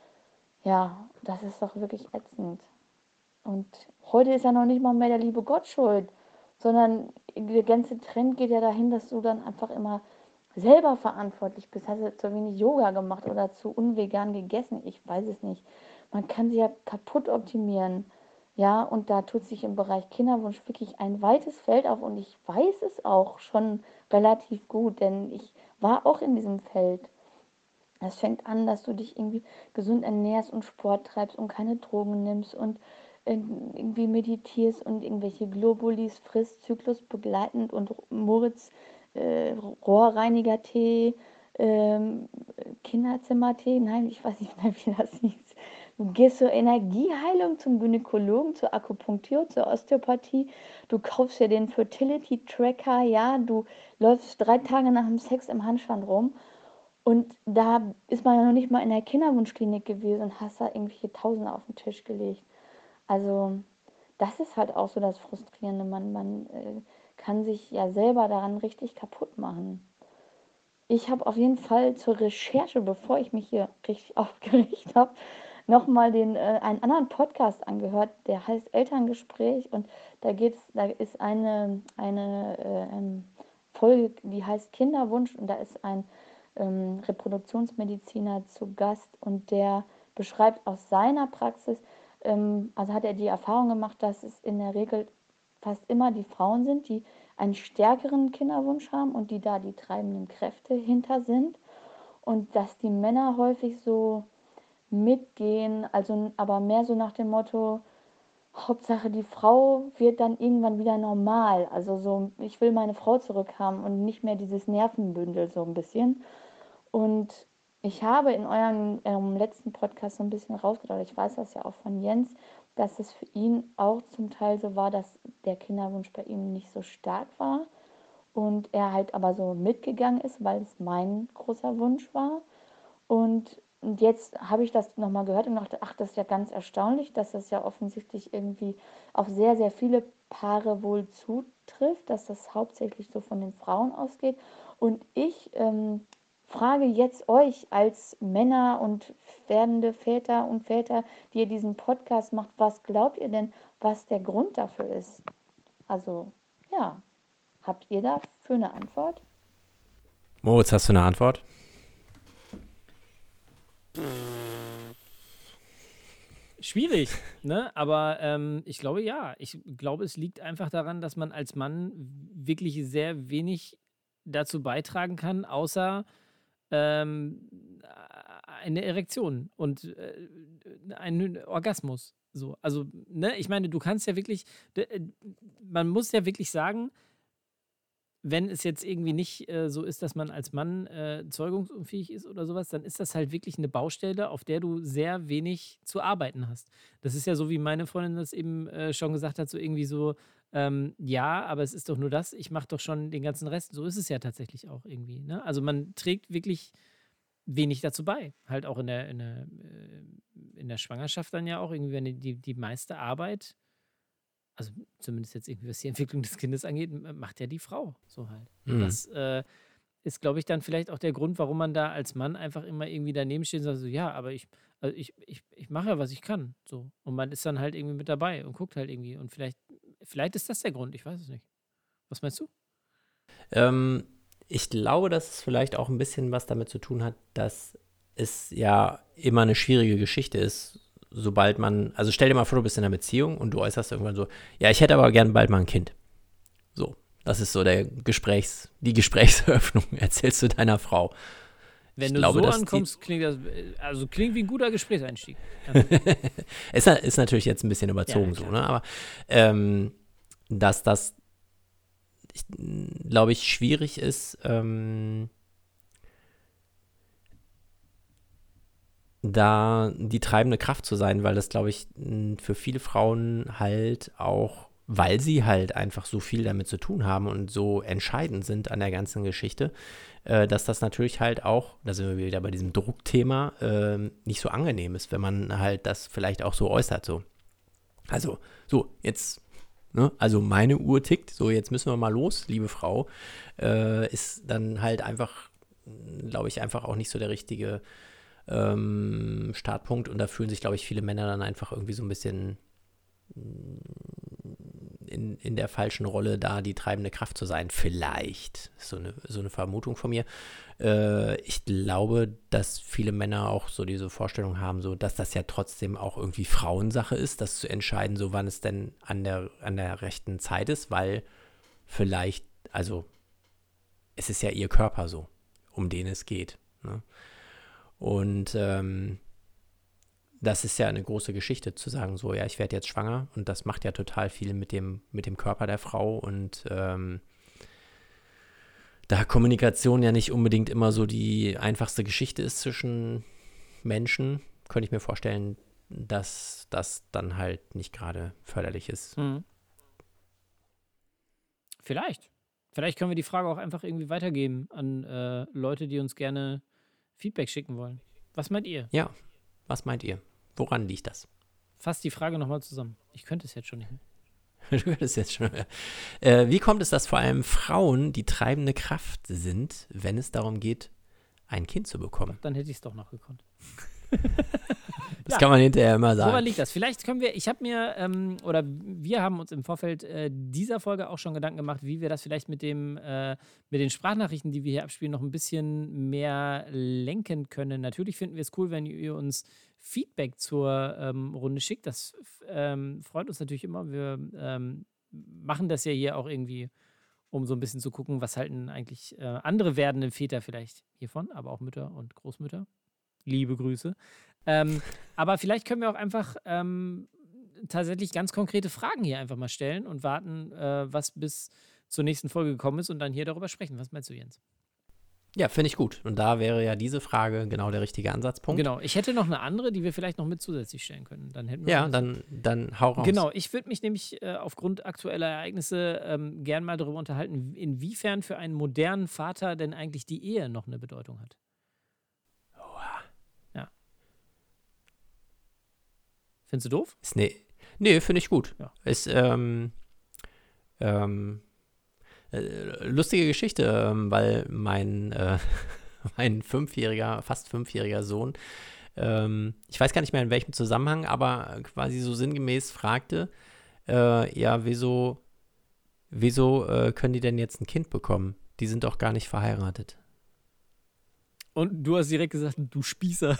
Ja, das ist doch wirklich ätzend. Und heute ist ja noch nicht mal mehr der liebe Gott schuld, sondern der ganze Trend geht ja dahin, dass du dann einfach immer selber verantwortlich bist. Hast du zu wenig Yoga gemacht oder zu unvegan gegessen? Ich weiß es nicht. Man kann sich ja kaputt optimieren. Ja, und da tut sich im Bereich Kinderwunsch wirklich ein weites Feld auf und ich weiß es auch schon relativ gut, denn ich war auch in diesem Feld. Es fängt an, dass du dich irgendwie gesund ernährst und Sport treibst und keine Drogen nimmst und äh, irgendwie meditierst und irgendwelche Globulis frisst, zyklusbegleitend und Moritz äh, Rohrreiniger-Tee, ähm, Kinderzimmertee, nein, ich weiß nicht mehr, wie das hieß. Du gehst zur Energieheilung, zum Gynäkologen, zur Akupunktur, zur Osteopathie. Du kaufst dir den Fertility Tracker, ja, du läufst drei Tage nach dem Sex im Handstand rum. Und da ist man ja noch nicht mal in der Kinderwunschklinik gewesen und hast da irgendwelche Tausende auf den Tisch gelegt. Also, das ist halt auch so das Frustrierende. Man, man äh, kann sich ja selber daran richtig kaputt machen. Ich habe auf jeden Fall zur Recherche, bevor ich mich hier richtig aufgeregt habe, nochmal den, äh, einen anderen Podcast angehört, der heißt Elterngespräch und da geht's, da ist eine, eine äh, ähm, Folge, die heißt Kinderwunsch und da ist ein ähm, Reproduktionsmediziner zu Gast und der beschreibt aus seiner Praxis, ähm, also hat er die Erfahrung gemacht, dass es in der Regel fast immer die Frauen sind, die einen stärkeren Kinderwunsch haben und die da die treibenden Kräfte hinter sind und dass die Männer häufig so mitgehen, also aber mehr so nach dem Motto, Hauptsache die Frau wird dann irgendwann wieder normal, also so, ich will meine Frau zurückhaben und nicht mehr dieses Nervenbündel so ein bisschen. Und ich habe in eurem ähm, letzten Podcast so ein bisschen rausgehört, ich weiß das ja auch von Jens, dass es für ihn auch zum Teil so war, dass der Kinderwunsch bei ihm nicht so stark war und er halt aber so mitgegangen ist, weil es mein großer Wunsch war. Und, und jetzt habe ich das nochmal gehört und dachte, ach, das ist ja ganz erstaunlich, dass das ja offensichtlich irgendwie auf sehr, sehr viele Paare wohl zutrifft, dass das hauptsächlich so von den Frauen ausgeht. Und ich ähm, frage jetzt euch als Männer und werdende Väter und Väter, die ihr diesen Podcast macht, was glaubt ihr denn, was der Grund dafür ist? Also, ja, habt ihr dafür eine Antwort? Moritz, hast du eine Antwort? Schwierig, ne? Aber ähm, ich glaube ja. Ich glaube, es liegt einfach daran, dass man als Mann wirklich sehr wenig dazu beitragen kann, außer ähm, eine Erektion und äh, einen Orgasmus. So, also, ne, ich meine, du kannst ja wirklich, d- äh, man muss ja wirklich sagen, wenn es jetzt irgendwie nicht äh, so ist, dass man als Mann äh, zeugungsunfähig ist oder sowas, dann ist das halt wirklich eine Baustelle, auf der du sehr wenig zu arbeiten hast. Das ist ja so, wie meine Freundin das eben äh, schon gesagt hat, so irgendwie so, ähm, ja, aber es ist doch nur das, ich mache doch schon den ganzen Rest. So ist es ja tatsächlich auch irgendwie. Ne? Also man trägt wirklich wenig dazu bei. Halt auch in der, in der, äh, in der Schwangerschaft dann ja auch irgendwie, wenn die, die, die meiste Arbeit, also zumindest jetzt irgendwie, was die Entwicklung des Kindes angeht, m- macht ja die Frau so halt. Und Mhm. das äh, ist, glaube ich, dann vielleicht auch der Grund, warum man da als Mann einfach immer irgendwie daneben steht und sagt so, ja, aber ich, also ich, ich, ich mache ja, was ich kann. So. Und man ist dann halt irgendwie mit dabei und guckt halt irgendwie. Und vielleicht, vielleicht ist das der Grund, ich weiß es nicht. Was meinst du? Ähm, ich glaube, dass es vielleicht auch ein bisschen was damit zu tun hat, dass es ja immer eine schwierige Geschichte ist, sobald man, also stell dir mal vor, du bist in einer Beziehung und du äußerst irgendwann so, ja, ich hätte aber gern bald mal ein Kind. So, das ist so der Gesprächs, die Gesprächseröffnung, erzählst du deiner Frau. Wenn Ich du glaube, so dass die- ankommst, klingt das, äh, also klingt wie ein guter Gesprächseinstieg. Ja. ist, na- ist natürlich jetzt ein bisschen überzogen Ja, so, klar. ne? Aber ähm, dass das, glaube ich, schwierig ist, ähm, da die treibende Kraft zu sein, weil das, glaube ich, m, für viele Frauen halt auch, weil sie halt einfach so viel damit zu tun haben und so entscheidend sind an der ganzen Geschichte, äh, dass das natürlich halt auch, da sind wir wieder bei diesem Druckthema, ähm, nicht so angenehm ist, wenn man halt das vielleicht auch so äußert, so. Also, so, jetzt, ne, also meine Uhr tickt, so, jetzt müssen wir mal los, liebe Frau, äh, ist dann halt einfach, glaube ich, einfach auch nicht so der richtige ähm, Startpunkt und da fühlen sich, glaube ich, viele Männer dann einfach irgendwie so ein bisschen in, in der falschen Rolle da, die treibende Kraft zu sein. Vielleicht, so eine, so eine Vermutung von mir. Äh, ich glaube, dass viele Männer auch so diese Vorstellung haben, so, dass das ja trotzdem auch irgendwie Frauensache ist, das zu entscheiden, so wann es denn an der, an der rechten Zeit ist, weil vielleicht, also es ist ja ihr Körper so, um den es geht. Ne? Und ähm, das ist ja eine große Geschichte, zu sagen, so, ja, ich werde jetzt schwanger und das macht ja total viel mit dem, mit dem Körper der Frau und ähm, da Kommunikation ja nicht unbedingt immer so die einfachste Geschichte ist zwischen Menschen, könnte ich mir vorstellen, dass das dann halt nicht gerade förderlich ist. Mhm. Vielleicht. Vielleicht können wir die Frage auch einfach irgendwie weitergeben an äh, Leute, die uns gerne Feedback schicken wollen. Was meint ihr? Ja, was meint ihr? Woran liegt das? Fasst die Frage nochmal zusammen. Ich könnte es jetzt schon nicht mehr. Du hörst jetzt schon. Äh, wie kommt es, dass vor allem Frauen die treibende Kraft sind, wenn es darum geht, ein Kind zu bekommen? Dann hätte ich es doch noch gekonnt. Das Ja. kann man hinterher immer Woran sagen. liegt das? Vielleicht können wir, ich habe mir, ähm, oder wir haben uns im Vorfeld äh, dieser Folge auch schon Gedanken gemacht, wie wir das vielleicht mit dem, äh, mit den Sprachnachrichten, die wir hier abspielen, noch ein bisschen mehr lenken können. Natürlich finden wir es cool, wenn ihr uns Feedback zur ähm, Runde schickt. Das ähm, freut uns natürlich immer. Wir ähm, machen das ja hier auch irgendwie, um so ein bisschen zu gucken, was halten eigentlich äh, andere werdende Väter vielleicht hiervon, aber auch Mütter und Großmütter. Liebe Grüße. Ähm, aber vielleicht können wir auch einfach ähm, tatsächlich ganz konkrete Fragen hier einfach mal stellen und warten, äh, was bis zur nächsten Folge gekommen ist und dann hier darüber sprechen. Was meinst du, Jens? Ja, finde ich gut. Und da wäre ja diese Frage genau der richtige Ansatzpunkt. Genau. Ich hätte noch eine andere, die wir vielleicht noch mit zusätzlich stellen können. Dann hätten wir Ja, was. dann, dann hau raus. Genau, ich würde mich nämlich äh, aufgrund aktueller Ereignisse ähm, gern mal darüber unterhalten, inwiefern für einen modernen Vater denn eigentlich die Ehe noch eine Bedeutung hat. Ja. Findest du doof? Ist ne, nee, finde ich gut. Ja. Ist, ähm, ähm, äh, lustige Geschichte, ähm, weil mein, äh, mein fünfjähriger, fast fünfjähriger Sohn, ähm, ich weiß gar nicht mehr in welchem Zusammenhang, aber quasi so sinngemäß fragte, äh, ja, wieso, wieso äh, können die denn jetzt ein Kind bekommen? Die sind doch gar nicht verheiratet. Und du hast direkt gesagt, du Spießer.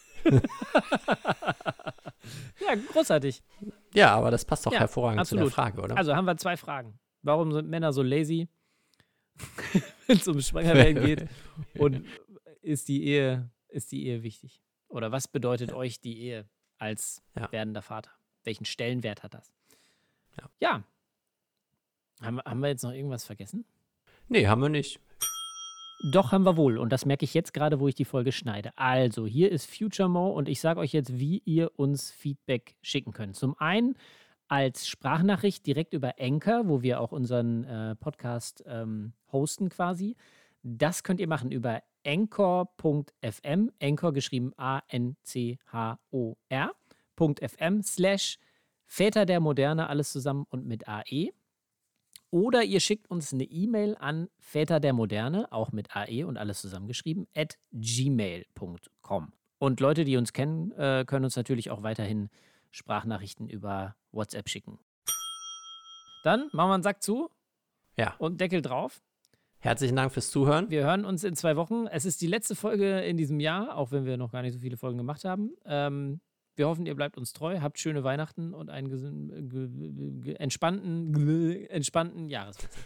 Ja, großartig. Ja, aber das passt doch Ja, hervorragend zu absolut. der Frage, oder? Also haben wir zwei Fragen. Warum sind Männer so lazy, wenn es um Schwangerwerden geht? Und ist die Ehe, ist die Ehe wichtig? Oder was bedeutet euch die Ehe als Ja. werdender Vater? Welchen Stellenwert hat das? Ja. Ja. Haben, wir- haben wir jetzt noch irgendwas vergessen? Nee, haben wir nicht. Doch, haben wir wohl. Und das merke ich jetzt gerade, wo ich die Folge schneide. Also, hier ist Future Mo und ich sage euch jetzt, wie ihr uns Feedback schicken könnt. Zum einen als Sprachnachricht direkt über Anchor, wo wir auch unseren äh, Podcast ähm, hosten quasi. Das könnt ihr machen über anchor punkt f m, Anchor geschrieben A N C H O R, .fm slash Väter der Moderne, alles zusammen und mit A E. Oder ihr schickt uns eine E-Mail an Väter der Moderne, auch mit A E und alles zusammengeschrieben, at gmail punkt com. Und Leute, die uns kennen, äh, können uns natürlich auch weiterhin Sprachnachrichten über WhatsApp schicken. Dann machen wir einen Sack zu. Ja. Und Deckel drauf. Herzlichen Dank fürs Zuhören. Wir hören uns in zwei Wochen. Es ist die letzte Folge in diesem Jahr, auch wenn wir noch gar nicht so viele Folgen gemacht haben. Ähm, wir hoffen, ihr bleibt uns treu, habt schöne Weihnachten und einen gesund, ge, ge, entspannten, ge, entspannten Jahreswechsel.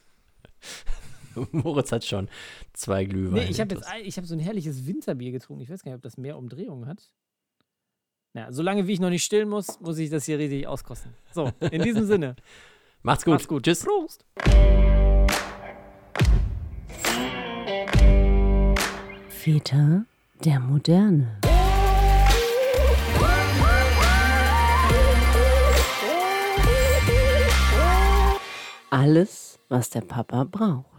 Moritz hat schon zwei Glühwein. Nee, ich habe jetzt ich hab so ein herrliches Winterbier getrunken. Ich weiß gar nicht, ob das mehr Umdrehungen hat. Na, solange wie ich noch nicht stillen muss, muss ich das hier richtig auskosten. So, in diesem Sinne. Macht's gut. Macht's gut. Tschüss. Prost. Väter der Moderne. Alles, was der Papa braucht.